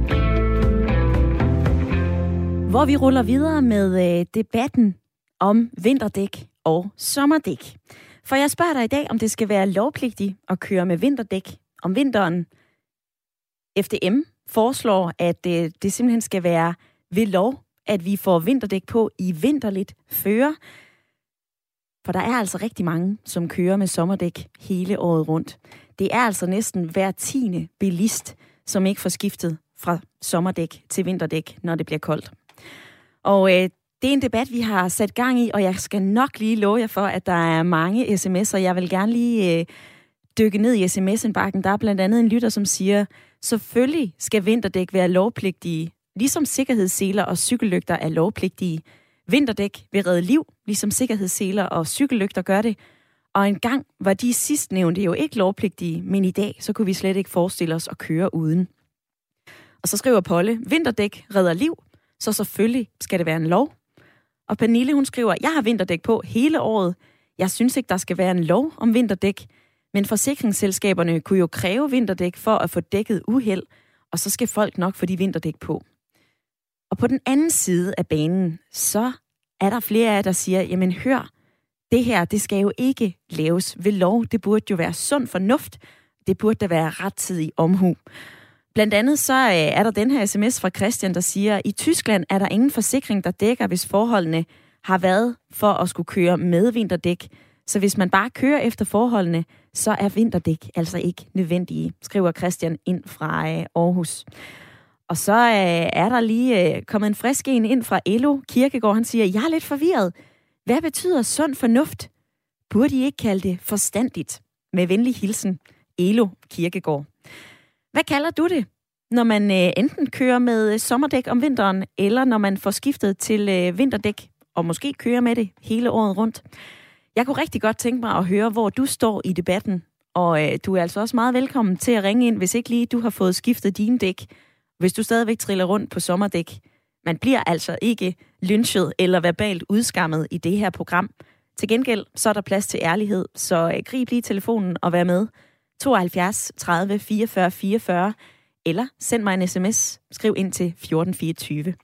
Hvor vi ruller videre med øh, debatten om vinterdæk og sommerdæk. For jeg spørger dig i dag, om det skal være lovpligtigt at køre med vinterdæk om vinteren. F D M foreslår, at øh, det simpelthen skal være ved lov, at vi får vinterdæk på i vinterligt føre. For der er altså rigtig mange, som kører med sommerdæk hele året rundt. Det er altså næsten hver tiende bilist, som ikke får skiftet fra sommerdæk til vinterdæk, når det bliver koldt. Og øh, det er en debat, vi har sat gang i, og jeg skal nok lige love jer for, at der er mange sms'er. Jeg vil gerne lige øh, dykke ned i sms-indbakken. Der er blandt andet en lytter, som siger, selvfølgelig skal vinterdæk være lovpligtige, ligesom sikkerhedsseler og cykellygter er lovpligtige. Vinterdæk vil redde liv, ligesom sikkerhedsseler og cykellygter gør det. Og engang var de sidstnævnte jo ikke lovpligtige, men i dag så kunne vi slet ikke forestille os at køre uden. Og så skriver Polle, vinterdæk redder liv, så selvfølgelig skal det være en lov. Og Pernille, hun skriver, jeg har vinterdæk på hele året. Jeg synes ikke, der skal være en lov om vinterdæk, men forsikringsselskaberne kunne jo kræve vinterdæk for at få dækket uheld, og så skal folk nok få de vinterdæk på. Og på den anden side af banen, så er der flere af jer, der siger, jamen hør, det her, det skal jo ikke laves ved lov. Det burde jo være sund fornuft. Det burde da være rettidig omhu. Blandt andet så er der den her sms fra Christian, der siger, i Tyskland er der ingen forsikring, der dækker, hvis forholdene har været for at skulle køre med vinterdæk. Så hvis man bare kører efter forholdene, så er vinterdæk altså ikke nødvendige, skriver Christian ind fra Aarhus. Og så er der lige kommet en frisk en ind fra Elo Kirkegaard. Han siger, jeg er lidt forvirret. Hvad betyder sund fornuft? Burde I ikke kalde det forstandigt? Med venlig hilsen, Elo Kirkegaard. Hvad kalder du det, når man øh, enten kører med sommerdæk om vinteren, eller når man får skiftet til øh, vinterdæk, og måske kører med det hele året rundt? Jeg kunne rigtig godt tænke mig at høre, hvor du står i debatten, og øh, du er altså også meget velkommen til at ringe ind, hvis ikke lige du har fået skiftet dine dæk, hvis du stadigvæk triller rundt på sommerdæk. Man bliver altså ikke lynchet eller verbalt udskammet i det her program. Til gengæld så er der plads til ærlighed, så øh, grib lige telefonen og vær med. tooghalvfjerds tredive fireogfyrre fireogfyrre, eller send mig en sms, skriv ind til fjorten fireogtyve.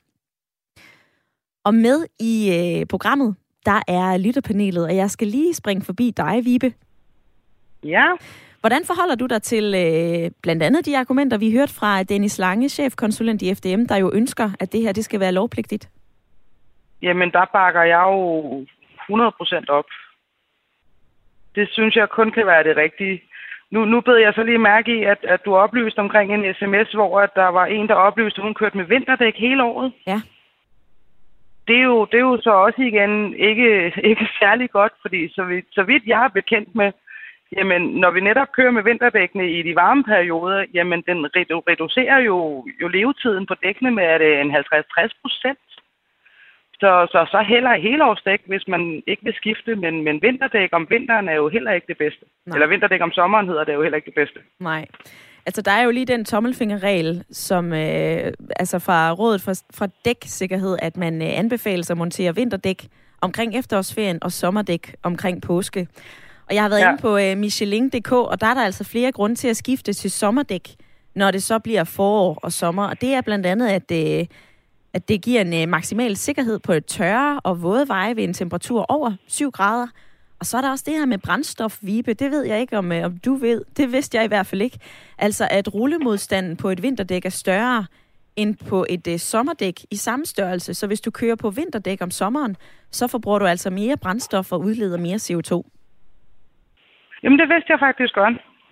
Og med i øh, programmet, der er lytterpanelet, og jeg skal lige springe forbi dig, Vibe. Ja. Hvordan forholder du dig til øh, blandt andet de argumenter, vi hørte fra Dennis Lange, chefkonsulent i F D M, der jo ønsker, at det her det skal være lovpligtigt? Jamen, der bakker jeg jo hundrede procent op. Det synes jeg kun kan være det rigtige. Nu, nu bed jeg så lige mærke i, at, at du oplyste omkring en sms, hvor at der var en, der oplyste, at hun kørte med vinterdæk hele året. Ja. Det er jo, det er jo så også igen ikke, ikke særlig godt, fordi så vidt, så vidt jeg er bekendt med, jamen når vi netop kører med vinterdækkene i de varme perioder, jamen den reducerer jo, jo levetiden på dækkene med at en halvtreds til tres procent. Så, så, så heller helårsdæk, hvis man ikke vil skifte, men, men vinterdæk om vinteren er jo heller ikke det bedste. Nej. Eller vinterdæk om sommeren hedder det jo heller ikke det bedste. Nej. Altså, der er jo lige den tommelfingerregel, som øh, altså fra Rådet for, fra Dæksikkerhed, at man øh, anbefales at montere vinterdæk omkring efterårsferien og sommerdæk omkring påske. Og jeg har været ja. inde på øh, Michelin punktum d k, og der er der altså flere grunde til at skifte til sommerdæk, når det så bliver forår og sommer. Og det er blandt andet, at... Øh, at det giver en øh, maksimal sikkerhed på et tørre og våde veje ved en temperatur over syv grader. Og så er der også det her med brændstof, Vibe. Det ved jeg ikke, om, øh, om du ved. Det vidste jeg i hvert fald ikke. Altså, at rullemodstanden på et vinterdæk er større end på et øh, sommerdæk i samme størrelse. Så hvis du kører på vinterdæk om sommeren, så forbruger du altså mere brændstof og udleder mere C O to. Jamen, det vidste jeg faktisk godt.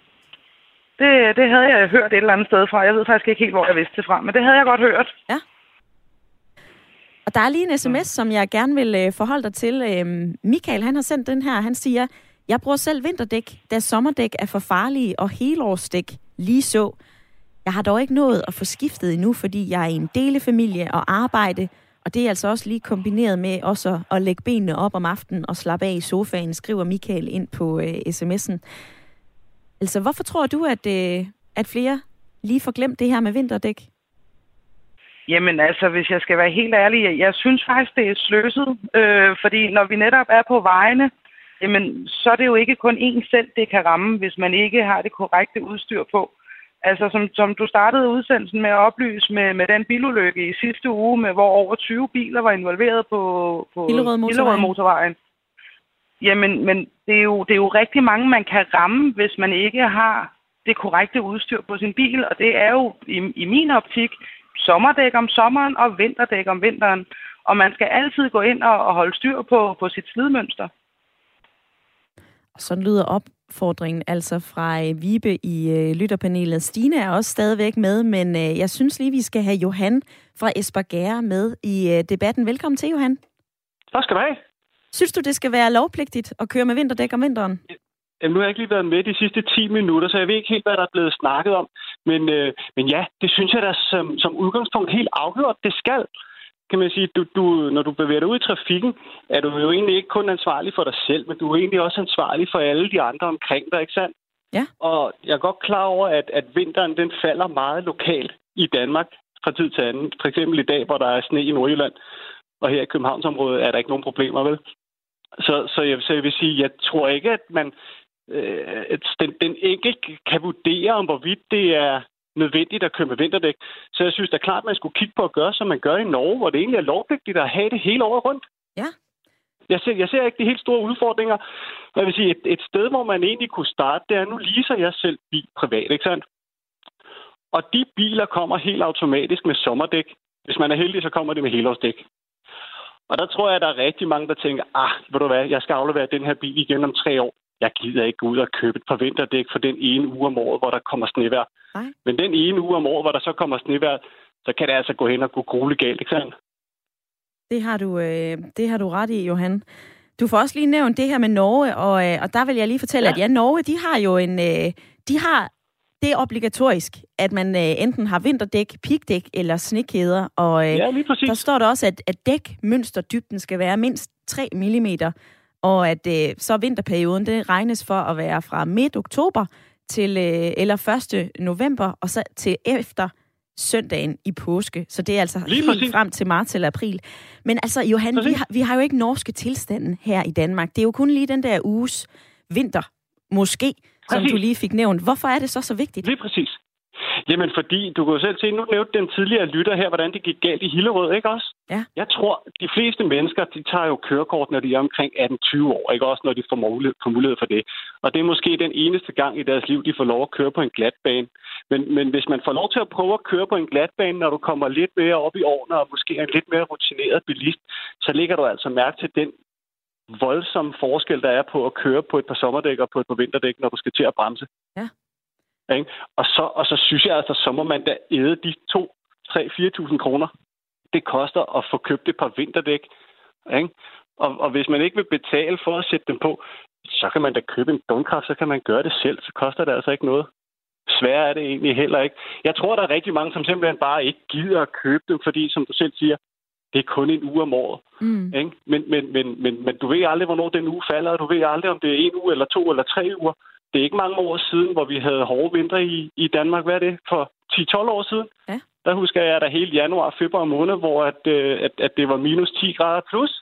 Det, det havde jeg hørt et eller andet sted fra. Jeg ved faktisk ikke helt, hvor jeg vidste det fra, men det havde jeg godt hørt. Ja. Og der er lige en sms, som jeg gerne vil øh, forholde dig til. Øh, Michael, han har sendt den her. Han siger, jeg bruger selv vinterdæk, da sommerdæk er for farlige, og helårsdæk lige så. Jeg har dog ikke nået at få skiftet endnu, fordi jeg er i en delefamilie og arbejde, og det er altså også lige kombineret med også at lægge benene op om aftenen og slappe af i sofaen, skriver Michael ind på øh, sms'en. Altså, hvorfor tror du, at, øh, at flere lige får glemt det her med vinterdæk? Jamen altså, hvis jeg skal være helt ærlig, jeg synes faktisk, det er sløset. Øh, fordi når vi netop er på vejene, jamen, så er det jo ikke kun én selv, det kan ramme, hvis man ikke har det korrekte udstyr på. Altså, som, som du startede udsendelsen med at oplyse med, med den bilulykke i sidste uge, med hvor over tyve biler var involveret på, på Hillerød motorvejen. Jamen, men det er, jo, det er jo rigtig mange, man kan ramme, hvis man ikke har det korrekte udstyr på sin bil. Og det er jo i, i min optik sommerdæk om sommeren og vinterdæk om vinteren. Og man skal altid gå ind og, og holde styr på, på sit slidmønster. Sådan lyder opfordringen altså fra Vibe i øh, lytterpanelet. Stine er også stadigvæk med, men øh, jeg synes lige, vi skal have Johan fra Espergærde med i øh, debatten. Velkommen til, Johan. Tak skal du have. Synes du, det skal være lovpligtigt at køre med vinterdæk om vinteren? Jamen, nu har jeg ikke lige været med de sidste ti minutter, så jeg ved ikke helt, hvad der er blevet snakket om. Men, øh, men ja, det synes jeg da som, som udgangspunkt helt afgjort, det skal. kan man sige, du, du, når du bevæger dig ud i trafikken, er du jo egentlig ikke kun ansvarlig for dig selv, men du er egentlig også ansvarlig for alle de andre omkring dig, ikke sandt? Ja. Og jeg er godt klar over, at, at vinteren den falder meget lokalt i Danmark fra tid til anden. For eksempel i dag, hvor der er sne i Nordjylland, og her i Københavnsområdet er der ikke nogen problemer, vel? Så, så, jeg, så jeg vil sige, jeg tror ikke, at man øh, at den, den enkelt kan vurdere, om hvorvidt det er nødvendigt at køre med vinterdæk. Så jeg synes da klart, at man skulle kigge på at gøre, som man gør i Norge, hvor det egentlig er lovpligtigt at have det hele året rundt. Ja. Jeg ser, jeg ser ikke de helt store udfordringer. Jeg vil sige, et, et sted, hvor man egentlig kunne starte, det er, nu leaser jeg selv bil privat, ikke sandt? Og de biler kommer helt automatisk med sommerdæk. Hvis man er heldig, så kommer det med helårsdæk. Og der tror jeg, at der er rigtig mange, der tænker, ah, ved du hvad, jeg skal aflevere den her bil igen om tre år. Jeg gider ikke gå ud og købe et par vinterdæk for den ene uge om året, hvor der kommer snevejr. Nej. Men den ene uge om året, hvor der så kommer snevejr, så kan det altså gå hen og gå grueligt galt, ikke sandt? Det har du, øh, det har du ret i, Johan. Du får også lige nævnt det her med Norge, og, øh, og der vil jeg lige fortælle, ja. at ja, Norge, de har jo en, øh, de har, det er obligatorisk, at man øh, enten har vinterdæk, pigdæk eller snekæder, og øh, ja, lige præcis. Der står der også, at, at dækmønsterdybden skal være mindst tre millimeter, og at øh, så vinterperioden, det regnes for at være fra midt oktober til, øh, eller første november, og så til efter søndagen i påske. Så det er altså lige helt præcis. Frem til marts eller april. Men altså, Johan, vi har, vi har jo ikke norske tilstanden her i Danmark. Det er jo kun lige den der uges vinter, måske, som præcis. Du lige fik nævnt. Hvorfor er det så så vigtigt? Lige præcis. Jamen, fordi du kan jo selv se, nu nævnte den tidligere lytter her, hvordan det gik galt i Hillerød, ikke også? Ja. Jeg tror, de fleste mennesker, de tager jo kørekort, når de er omkring atten til tyve år, ikke også, når de får mulighed, får mulighed for det. Og det er måske den eneste gang i deres liv, de får lov at køre på en glatbane. Men, men hvis man får lov til at prøve at køre på en glatbane, når du kommer lidt mere op i årene, og måske er en lidt mere rutineret bilist, så ligger du altså mærke til den voldsomme forskel, der er på at køre på et par sommerdæk og på et par vinterdæk, når du skal til at bremse. Ja. Ikke? Og, så, og så synes jeg altså, så må man da æde de to, tre, fire tusind kroner. Det koster at få købt et par vinterdæk. Ikke? Og, og hvis man ikke vil betale for at sætte dem på, så kan man da købe en Dunkraft, så kan man gøre det selv. Så koster det altså ikke noget. Sværere er det egentlig heller ikke. Jeg tror, der er rigtig mange, som simpelthen bare ikke gider at købe dem, fordi, som du selv siger, det er kun en uge om året. Mm. Ikke? Men, men, men, men, men du ved aldrig, hvornår den uge falder, og du ved aldrig, om det er en uge, eller to, eller tre uger. Det er ikke mange år siden, hvor vi havde hårde vinter i, i Danmark. Hvad er det? For ti til tolv år siden? Ja. Der husker jeg, at der hele januar og februar måned, hvor at, at, at det var minus ti grader plus.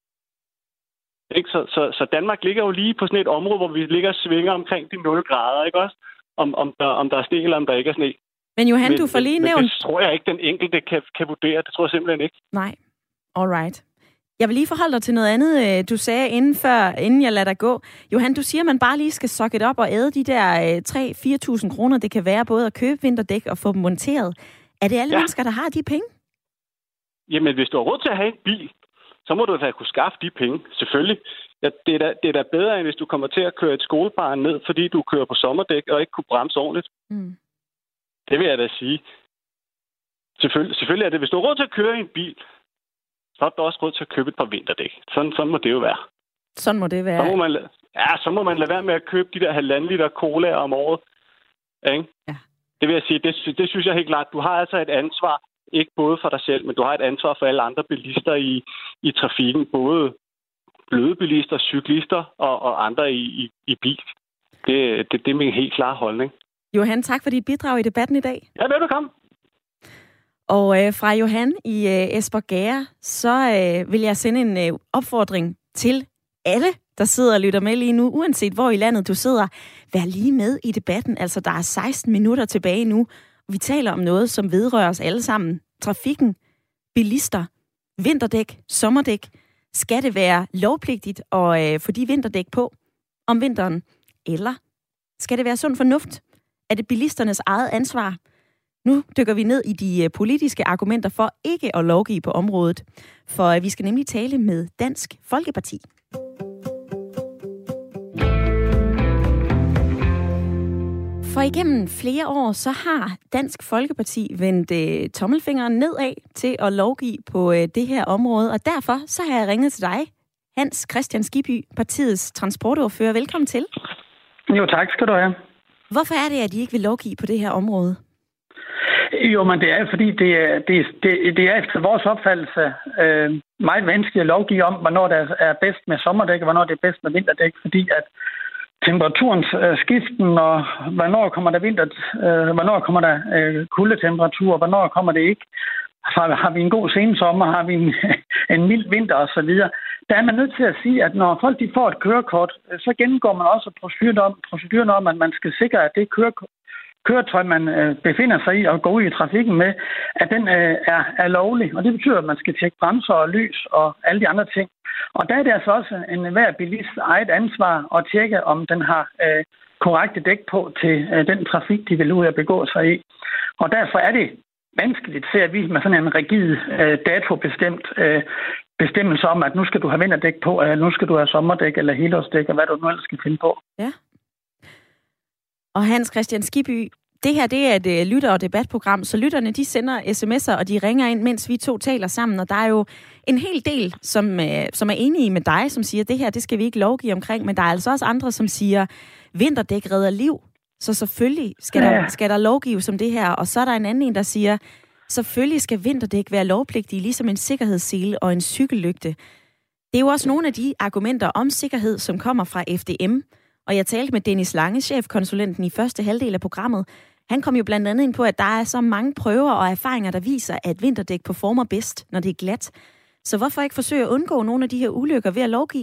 Ikke? Så, så, så Danmark ligger jo lige på sådan et område, hvor vi ligger og svinger omkring de nul grader, ikke også? Om, om, der, om der er sne, eller om der ikke er sne. Men Johan, men, du får lige men, nævnt... Men det tror jeg ikke, den enkelte kan, kan vurdere. Det tror jeg simpelthen ikke. Nej. Alright. Jeg vil lige forholde dig til noget andet, du sagde inden, før, inden jeg lader dig gå. Johan, du siger, at man bare lige skal sokke det op og æde de der tre til fire tusind kroner, det kan være både at købe vinterdæk og få dem monteret. Er det alle ja. mennesker, der har de penge? Jamen, hvis du har råd til at have en bil, så må du da kunne skaffe de penge, selvfølgelig. Ja, det, er da, det er da bedre, end hvis du kommer til at køre et skolebarn ned, fordi du kører på sommerdæk og ikke kunne bremse ordentligt. Mm. Det vil jeg da sige. Selvfølgelig, selvfølgelig er det. Hvis du har råd til at køre i en bil, så har du også råd til at købe et par vinterdæk. Sådan, sådan må det jo være. Sådan må det være. Så må man, ja, så må man lade være med at købe de der halvanden liter cola om året. Ikke? Ja. Det vil jeg sige, det, det synes jeg helt klart. Du har altså et ansvar, ikke både for dig selv, men du har et ansvar for alle andre bilister i, i trafikken. Både bløde bilister, cyklister og, og andre i, i, i bil. Det, det, det er min helt klare holdning. Johan, tak for dit bidrag i debatten i dag. Ja, velbekomme. Og øh, fra Johan i øh, Espergærde, så øh, vil jeg sende en øh, opfordring til alle, der sidder og lytter med lige nu, uanset hvor i landet du sidder. Vær lige med i debatten. Altså, der er seksten minutter tilbage nu. Vi taler om noget, som vedrører os alle sammen. Trafikken, bilister, vinterdæk, sommerdæk. Skal det være lovpligtigt at øh, få de vinterdæk på om vinteren? Eller skal det være sund fornuft? Er det bilisternes eget ansvar? Nu dykker vi ned i de politiske argumenter for ikke at lovgive på området. For vi skal nemlig tale med Dansk Folkeparti. For igennem flere år, så har Dansk Folkeparti vendt øh, tommelfingeren nedad til at lovgive på øh, det her område. Og derfor så har jeg ringet til dig, Hans Kristian Skibby, partiets transportordfører. Velkommen til. Jo, tak skal du have. Hvorfor er det, at I ikke vil lovgive på det her område? Jo, men det er fordi, det er, det, det, det er efter vores opfattelse øh, meget vanskeligt at lovgive om, hvornår det er bedst med sommerdæk, og hvornår det er bedst med vinterdæk, fordi at temperaturens øh, skiften, og hvornår kommer der vinter, øh, hvornår kommer der øh, kuldetemperatur, hvornår kommer det ikke. Har, har vi en god sensommer, har vi en, en mild vinter osv. Der er man nødt til at sige, at når folk de får et kørekort, så gennemgår man også proceduren om, proceduren om at man skal sikre, at det kørekort, køretøj, man øh, befinder sig i og går ud i trafikken med, at den øh, er, er lovlig. Og det betyder, at man skal tjekke bremser og lys og alle de andre ting. Og der er det altså også en hver bilist eget ansvar at tjekke, om den har øh, korrekte dæk på til øh, den trafik, de vil ud at begå sig i. Og derfor er det vanskeligt, ser vi, med sådan en rigid øh, datobestemt øh, bestemmelse om, at nu skal du have vinterdæk på, eller nu skal du have sommerdæk eller helårsdæk, og hvad du nu ellers skal finde på. Ja. Og Hans Christian Skibby, det her det er et uh, lytter- og debatprogram, så lytterne de sender sms'er, og de ringer ind, mens vi to taler sammen, og der er jo en hel del, som, uh, som er enige med dig, som siger, det her det skal vi ikke lovgive omkring, men der er altså også andre, som siger, vinterdæk redder liv, så selvfølgelig skal, ja. der, skal der lovgives om det her, og så er der en anden en, der siger, selvfølgelig skal vinterdæk være lovpligtige, ligesom en sikkerhedssele og en cykellygte. Det er jo også nogle af de argumenter om sikkerhed, som kommer fra F D M. Og jeg talte med Dennis Lange, chefkonsulenten i første halvdel af programmet. Han kom jo blandt andet ind på, at der er så mange prøver og erfaringer, der viser, at vinterdæk performer bedst, når det er glat. Så hvorfor ikke forsøge at undgå nogle af de her ulykker ved at lovgive?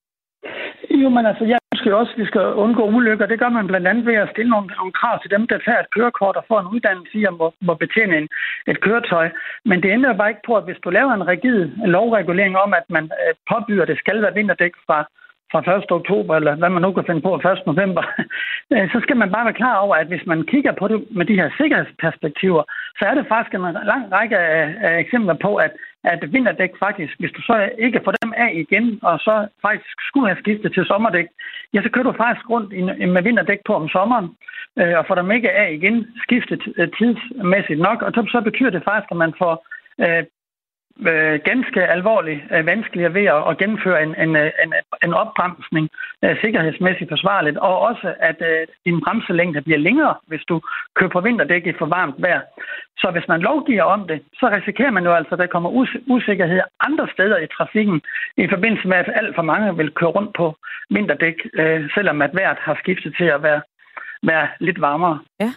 Jo, men altså, jeg ønsker jo også, at vi skal undgå ulykker. Det gør man blandt andet ved at stille nogle, nogle krav til dem, der tager et kørekort og får en uddannelse i at må, må betjene en, et køretøj. Men det ændrer bare ikke på, at hvis du laver en rigid lovregulering om, at man øh, påbyder, at det skal være vinterdæk fra fra første oktober, eller hvad man nu kan finde på første november, så skal man bare være klar over, at hvis man kigger på det med de her sikkerhedsperspektiver, så er det faktisk en lang række af, af eksempler på, at, at vinterdæk faktisk, hvis du så ikke får dem af igen, og så faktisk skulle have skiftet til sommerdæk, ja, så kører du faktisk rundt med vinterdæk på om sommeren, og får dem ikke af igen, skiftet tidsmæssigt nok, og så betyder det faktisk, at man får øh, Øh, ganske alvorligt øh, vanskeligere ved at, at gennemføre en, en, en, en opbremsning øh, sikkerhedsmæssigt forsvarligt, og også at øh, din bremselængde bliver længere, hvis du kører på vinterdæk i for varmt vejr. Så hvis man lovgiver om det, så risikerer man jo altså, at der kommer us- usikkerhed andre steder i trafikken, i forbindelse med, at alt for mange vil køre rundt på vinterdæk, øh, selvom at vejret har skiftet til at være, være lidt varmere. Ja.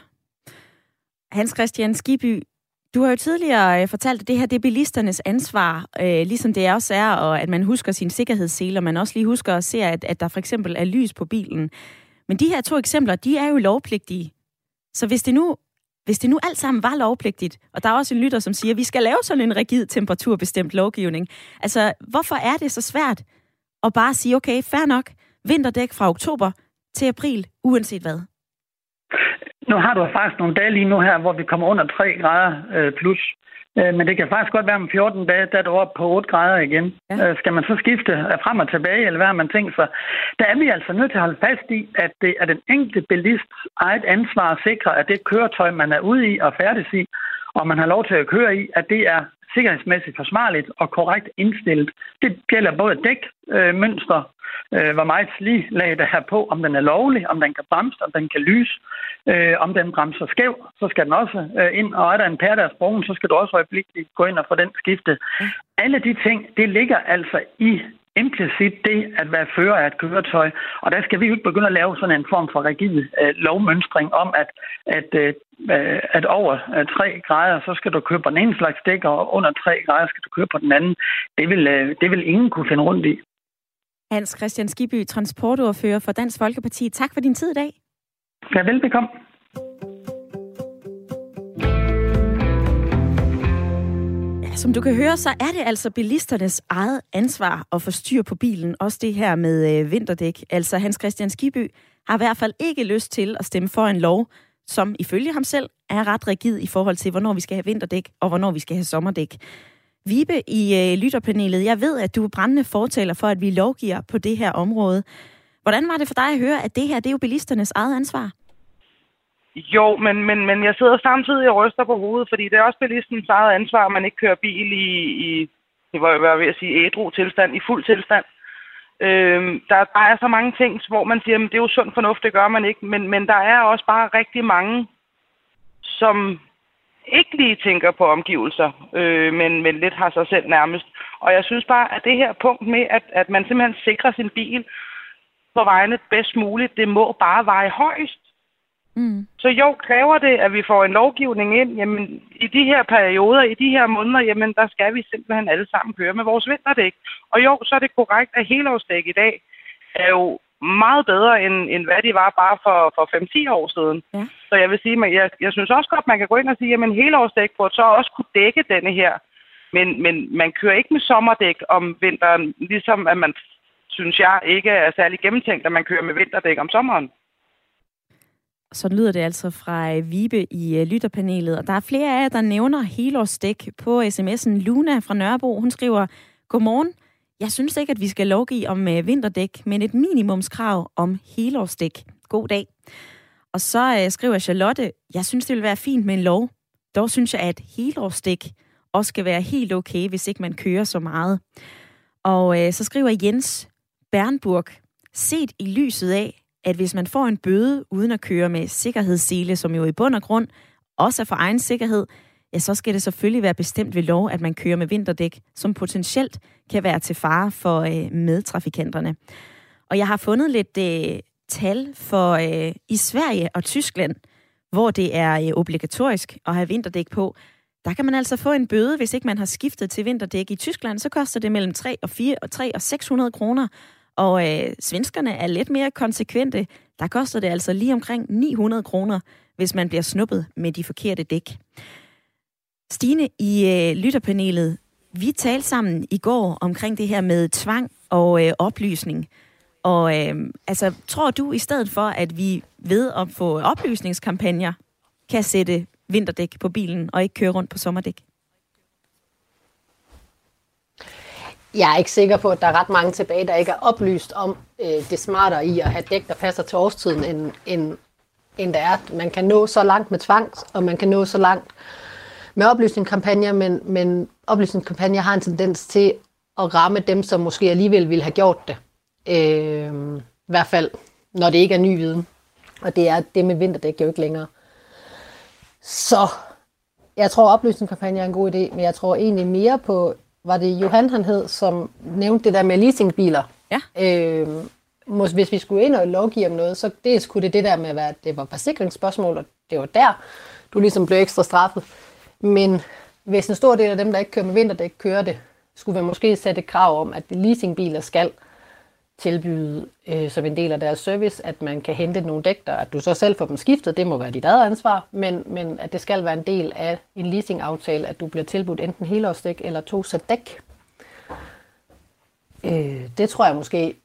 Hans Christian Skibby, du har jo tidligere fortalt, at det her det er bilisternes ansvar, øh, ligesom det også er, og at man husker sin sikkerhedssele, og man også lige husker at se, at, at der for eksempel er lys på bilen. Men de her to eksempler, de er jo lovpligtige. Så hvis det nu, hvis det nu alt sammen var lovpligtigt, og der er også en lytter, som siger, at vi skal lave sådan en rigid temperaturbestemt lovgivning. Altså, hvorfor er det så svært at bare sige, okay, fair nok, vinterdæk fra oktober til april, uanset hvad? Nu har du faktisk nogle dage lige nu her, hvor vi kommer under tre grader øh, plus. Øh, men det kan faktisk godt være om fjorten dage, der er du oppe på otte grader igen. Ja. Øh, skal man så skifte frem og tilbage, eller hvad har man tænkt sig? Der er vi altså nødt til at holde fast i, at det er den enkelte bilists eget ansvar at sikre, at det køretøj, man er ude i og færdes i, og man har lov til at køre i, at det er sikkerhedsmæssigt forsvarligt og korrekt indstillet. Det gælder både dæk, øh, mønster, øh, hvor meget slidlag der er på, om den er lovlig, om den kan bremse, om den kan lyse, øh, om den bremser skæv, så skal den også øh, ind, og er der en pære, der er sprungen, så skal du også øjeblikkeligt gå ind og få den skiftet. Mm. Alle de ting, det ligger altså i implicit det at være fører af et køretøj, og der skal vi jo ikke begynde at lave sådan en form for rigid øh, lovmønstring om, at, at, øh, at over øh, tre grader, så skal du køre på den ene slags dæk, og under tre grader skal du køre på den anden. Det vil, øh, det vil ingen kunne finde rundt i. Hans Christian Skibby, transportordfører for Dansk Folkeparti. Tak for din tid i dag. Ja, velbekomme. Som du kan høre, så er det altså bilisternes eget ansvar at få styr på bilen. Også det her med øh, vinterdæk. Altså Hans Christian Skibby har i hvert fald ikke lyst til at stemme for en lov, som ifølge ham selv er ret rigid i forhold til, hvornår vi skal have vinterdæk og hvornår vi skal have sommerdæk. Vibe i øh, lytterpanelet, jeg ved, at du er brændende fortaler for, at vi lovgiver på det her område. Hvordan var det for dig at høre, at det her det er jo bilisternes eget ansvar? Jo, men, men, men jeg sidder samtidig og ryster på hovedet, fordi det er også bilistens eget ansvar, at man ikke kører bil i, i det var jeg ved at sige, ædru tilstand, i fuld tilstand. Øhm, der, der er så mange ting, hvor man siger, at det er jo sund fornuft, det gør man ikke, men, men der er også bare rigtig mange, som ikke lige tænker på omgivelser, øh, men, men lidt har sig selv nærmest. Og jeg synes bare, at det her punkt med, at, at man simpelthen sikrer sin bil på vegne bedst muligt, det må bare veje højst. Mm. Så jo, kræver det, at vi får en lovgivning ind, jamen i de her perioder, i de her måneder, jamen der skal vi simpelthen alle sammen køre med vores vinterdæk. Og jo, så er det korrekt, at helårsdæk i dag er jo meget bedre, end, end hvad de var bare for, for fem til ti år siden. Ja. Så jeg vil sige, at jeg, jeg synes også godt, man kan gå ind og sige, at helårsdæk burde så også kunne dække denne her. Men, men man kører ikke med sommerdæk om vinteren, ligesom at man, synes jeg, ikke er særlig gennemtænkt, at man kører med vinterdæk om sommeren. Så lyder det altså fra Vibe i lytterpanelet. Og der er flere af jer, der nævner helårsdæk på sms'en. Luna fra Nørrebro, hun skriver, godmorgen. Jeg synes ikke, at vi skal lovgive om vinterdæk, men et minimumskrav om helårsdæk. God dag. Og så øh, skriver Charlotte, jeg synes, det vil være fint med en lov. Dog synes jeg, at helårsdæk også skal være helt okay, hvis ikke man kører så meget. Og øh, så skriver Jens Bernburg, set i lyset af, at hvis man får en bøde uden at køre med sikkerhedssele, som jo i bund og grund også er for egen sikkerhed, ja, så skal det selvfølgelig være bestemt ved lov, at man kører med vinterdæk, som potentielt kan være til fare for øh, medtrafikanterne. Og jeg har fundet lidt øh, tal for øh, i Sverige og Tyskland, hvor det er øh, obligatorisk at have vinterdæk på. Der kan man altså få en bøde, hvis ikke man har skiftet til vinterdæk. I Tyskland, så koster det mellem tre og fire og tre og seks hundrede kroner. Og øh, svenskerne er lidt mere konsekvente. Der koster det altså lige omkring ni hundrede kroner, hvis man bliver snuppet med de forkerte dæk. Stine, i øh, lytterpanelet, vi talte sammen i går omkring det her med tvang og øh, oplysning. Og øh, altså, tror du i stedet for, at vi ved at få oplysningskampagner, kan sætte vinterdæk på bilen og ikke køre rundt på sommerdæk? Jeg er ikke sikker på, at der er ret mange tilbage, der ikke er oplyst om øh, det smartere i at have dæk, der passer til årstiden, end, end, end der er. Man kan nå så langt med tvang, og man kan nå så langt med oplysningskampagner, men, men oplysningskampagner har en tendens til at ramme dem, som måske alligevel ville have gjort det. Øh, I hvert fald, når det ikke er ny viden. Og det er det med vinterdæk jo ikke længere. Så jeg tror, oplysningskampagner er en god idé, men jeg tror egentlig mere på, var det Johan, han hed, som nævnte det der med leasingbiler. Ja. Øh, hvis vi skulle ind og lovgive om noget, så dels kunne det det der med, at være, det var forsikringsspørgsmål, og det var der, du ligesom blev ekstra straffet. Men hvis en stor del af dem, der ikke kører med vinterdæk, kører det, skulle man måske sætte et krav om, at leasingbiler skal tilbyde øh, som en del af deres service, at man kan hente nogle dæk, der at du så selv får dem skiftet, det må være dit eget ansvar, men, men at det skal være en del af en leasingaftale, at du bliver tilbudt enten helårsdæk eller to sæt dæk. Øh, det tror jeg måske,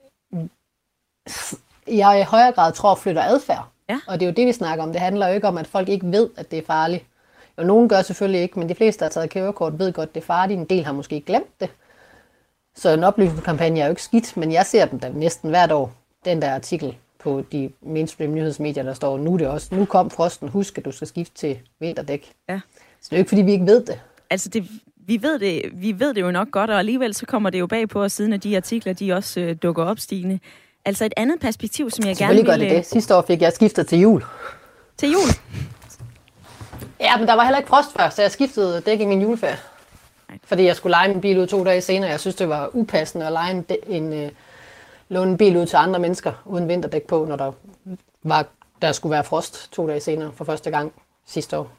jeg i højere grad tror flytter adfærd. Ja. Og det er jo det, vi snakker om. Det handler jo ikke om, at folk ikke ved, at det er farligt. Jo, nogen gør selvfølgelig ikke, men de fleste, der har taget kørekort, ved godt, det er farligt. En del har måske glemt det. Så en oplysningskampagne er jo ikke skidt, men jeg ser dem da næsten hvert år. Den der artikel på de mainstream nyhedsmedier, der står, nu, det også, nu kom frosten, husk at du skal skifte til vinterdæk. Ja. Så det er jo ikke, fordi vi ikke ved det. Altså, det, vi, ved det, vi ved det jo nok godt, og alligevel så kommer det jo bag på os, siden at de artikler, de også øh, dukker op, Stine. Altså et andet perspektiv, som jeg gerne vil... Selvfølgelig gør det det. Sidste år fik jeg skiftet til jul. Til jul? Ja, men der var heller ikke frost før, så jeg skiftede dæk i min juleferie. Fordi jeg skulle leje min bil ud to dage senere. Jeg synes, det var upassende at leje en, en, en låne en bil ud til andre mennesker uden vinterdæk på, når der, var, der skulle være frost to dage senere for første gang sidste år.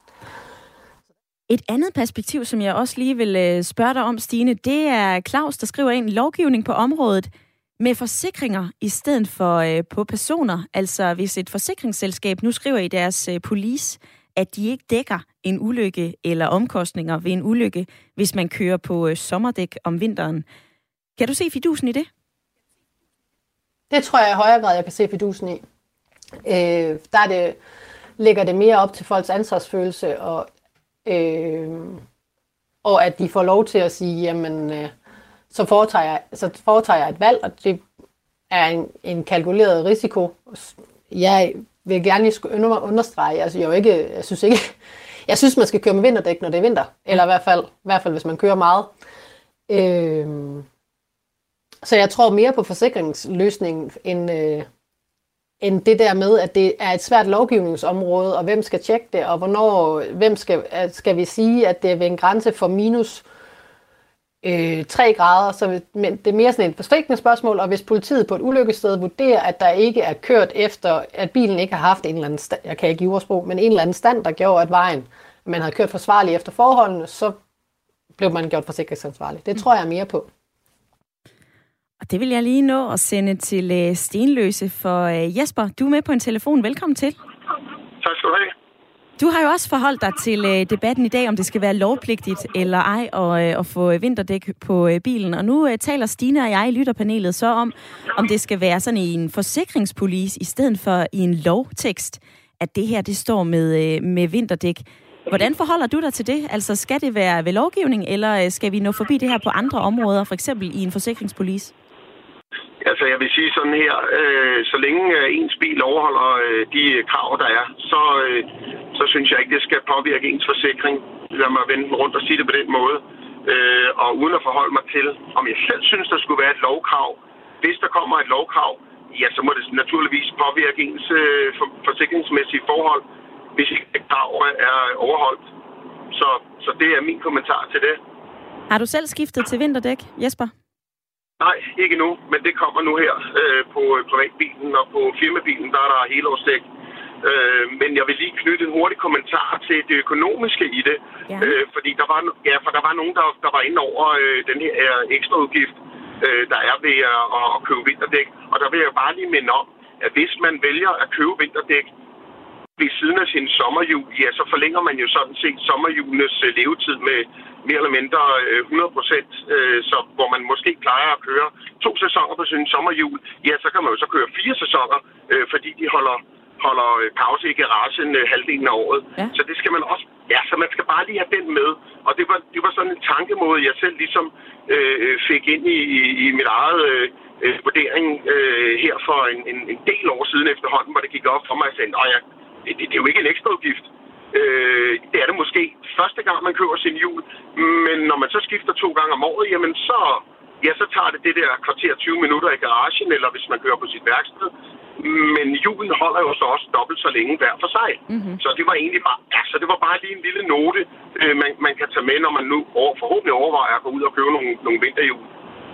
Et andet perspektiv, som jeg også lige vil spørge dig om, Stine, det er Claus, der skriver ind lovgivning på området med forsikringer i stedet for øh, på personer. Altså hvis et forsikringsselskab nu skriver i deres øh, police, at de ikke dækker en ulykke eller omkostninger ved en ulykke, hvis man kører på øh, sommerdæk om vinteren. Kan du se fidusen i det? Det tror jeg i højere grad, jeg kan se fidusen i. Øh, der er det, ligger det mere op til folks ansvarsfølelse, og, øh, og at de får lov til at sige, jamen, øh, så, foretager jeg, så foretager jeg et valg, og det er en, en kalkuleret risiko. Jeg vil gerne lige understrege, altså jeg, jo ikke, jeg synes ikke, jeg synes, man skal køre med vinterdæk, når det er vinter, eller i hvert fald, i hvert fald hvis man kører meget. Øh, så jeg tror mere på forsikringsløsningen, end, øh, end det der med, at det er et svært lovgivningsområde, og hvem skal tjekke det, og hvornår, hvem skal, skal vi sige, at det er ved en grænse for minus øh, tre grader, så det er mere sådan et forstrikkende spørgsmål, og hvis politiet på et ulykkessted vurderer, at der ikke er kørt efter, at bilen ikke har haft en eller anden stand, jeg kan ikke give ordsprog, men en eller anden stand, der gjorde, at vejen, man havde kørt forsvarligt efter forholdene, så blev man gjort forsikringsansvarlig. Det tror jeg mere på. Og det vil jeg lige nå at sende til Stenløse, for Jesper, du er med på en telefon. Velkommen til. Tak skal du have. Du har jo også forholdt dig til debatten i dag, om det skal være lovpligtigt eller ej at, at få vinterdæk på bilen. Og nu taler Stine og jeg i lytterpanelet så om, om det skal være sådan i en forsikringspolice i stedet for i en lovtekst, at det her det står med, med vinterdæk. Hvordan forholder du dig til det? Altså, skal det være ved lovgivning, eller skal vi nå forbi det her på andre områder, for eksempel i en forsikringspolice? Altså, jeg vil sige sådan her, øh, så længe øh, ens bil overholder øh, de krav, der er, så, øh, så synes jeg ikke, det skal påvirke ens forsikring. Lad mig vende den rundt og sige det på den måde. Øh, og uden at forholde mig til, om jeg selv synes, der skulle være et lovkrav. Hvis der kommer et lovkrav, ja, så må det naturligvis påvirke ens øh, for, forsikringsmæssige forhold, hvis ikke krav er overholdt. Så, så det er min kommentar til det. Har du selv skiftet til vinterdæk, Jesper? Nej, ikke nu, men det kommer nu her øh, på privatbilen, og på firmabilen, der er der helårsdæk. Øh, men jeg vil lige knytte en hurtig kommentar til det økonomiske i det. Ja. Øh, fordi der var, ja, for der var nogen, der, der var inde over øh, den her ekstra udgift, øh, der er ved at, at købe vinterdæk. Og der vil jeg bare lige minde om, at hvis man vælger at købe vinterdæk ved siden af sin sommerhjul, ja, så forlænger man jo sådan set sommerhjulenes øh, levetid med mere eller mindre øh, hundrede procent, øh, så hvor man måske plejer at køre to sæsoner på sin sommerhjul, ja, så kan man jo så køre fire sæsoner, øh, fordi de holder, holder pause i garagen øh, halvdelen af året. Ja. Så det skal man også, ja, så man skal bare lige have den med. Og det var, det var sådan en tankemåde, jeg selv ligesom øh, fik ind i, i, i mit eget øh, vurdering øh, her for en, en, en del år siden efterhånden, hvor det gik op for mig og sagde, nej, ja, Det, det, det er jo ikke en ekstra udgift. Øh, det er det måske første gang, man køber sin hjul. Men når man så skifter to gange om året, jamen så, ja, så tager det det der kvarter tyve minutter i garagen, eller hvis man kører på sit værksted. Men julen holder jo så også dobbelt så længe hver for sig. Mm-hmm. Så det var egentlig bare, ja, så det var bare lige en lille note, øh, man, man kan tage med, når man nu over, forhåbentlig overvejer at gå ud og købe nogle, nogle vinterhjul.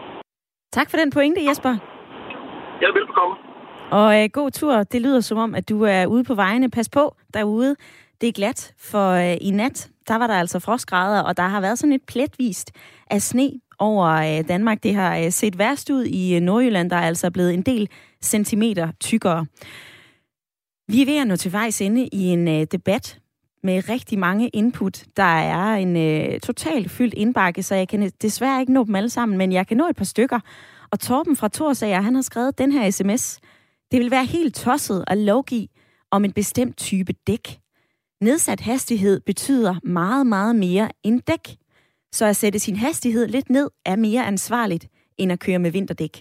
Tak for den pointe, Jesper. Ja, velbekomme. Og øh, god tur. Det lyder som om, at du er ude på vejene. Pas på derude. Det er glat, for øh, i nat, der var der altså frostgrader, og der har været sådan et pletvist af sne over øh, Danmark. Det har øh, set værst ud i øh, Nordjylland, der er altså blevet en del centimeter tykkere. Vi er ved at nå til vejs ende i en øh, debat med rigtig mange input. Der er en øh, totalt fyldt indbakke, så jeg kan desværre ikke nå dem alle sammen, men jeg kan nå et par stykker. Og Torben fra Thorsager, han har skrevet den her sms. Det vil være helt tosset at lovgive om en bestemt type dæk. Nedsat hastighed betyder meget, meget mere end dæk. Så at sætte sin hastighed lidt ned er mere ansvarligt, end at køre med vinterdæk.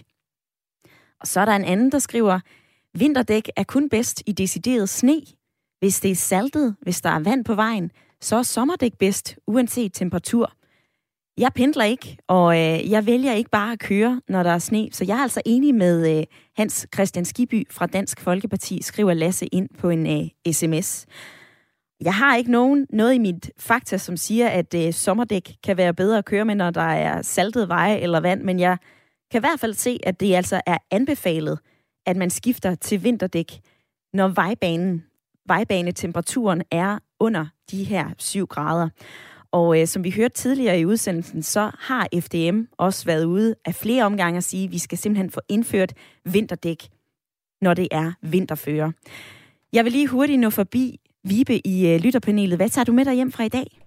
Og så er der en anden, der skriver, vinterdæk er kun bedst i decideret sne. Hvis det er saltet, hvis der er vand på vejen, så er sommerdæk bedst, uanset temperatur. Jeg pendler ikke, og øh, jeg vælger ikke bare at køre, når der er sne. Så jeg er altså enig med øh, Hans Christian Skibby fra Dansk Folkeparti, skriver Lasse ind på en øh, sms. Jeg har ikke nogen, noget i mit fakta, som siger, at øh, sommerdæk kan være bedre at køre med, når der er saltet veje eller vand. Men jeg kan i hvert fald se, at det altså er anbefalet, at man skifter til vinterdæk, når vejbanen, vejbanetemperaturen er under de her syv grader. Og øh, som vi hørte tidligere i udsendelsen, så har F D M også været ude af flere omgange at sige, at vi skal simpelthen få indført vinterdæk, når det er vinterføre. Jeg vil lige hurtigt nå forbi Vibe i øh, lytterpanelet. Hvad tager du med dig hjem fra i dag?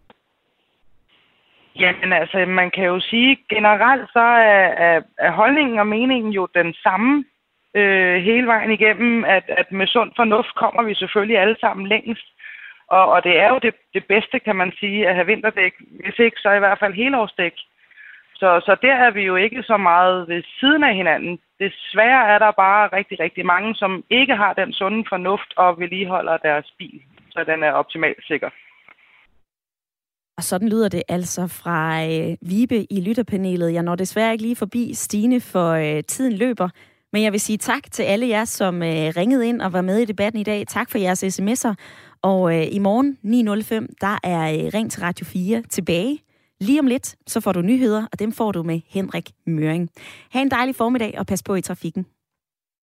Jamen altså, man kan jo sige, generelt så er, er, er holdningen og meningen jo den samme øh, hele vejen igennem, at, at med sund fornuft kommer vi selvfølgelig alle sammen længst. Og, og det er jo det, det bedste, kan man sige, at have vinterdæk. Hvis ikke, så i hvert fald helårsdæk. Så, så der er vi jo ikke så meget ved siden af hinanden. Desværre er der bare rigtig, rigtig mange, som ikke har den sunde fornuft og vedligeholder deres bil, så den er optimalt sikker. Og sådan lyder det altså fra øh, Vibe i lytterpanelet. Jeg når desværre ikke lige forbi Stine, for øh, tiden løber. Men jeg vil sige tak til alle jer, som øh, ringede ind og var med i debatten i dag. Tak for jeres sms'er. Og øh, i morgen ni nul fem, der er øh, Ring til Radio fire tilbage. Lige om lidt, så får du nyheder, og dem får du med Henrik Møring. Ha' en dejlig formiddag, og pas på i trafikken.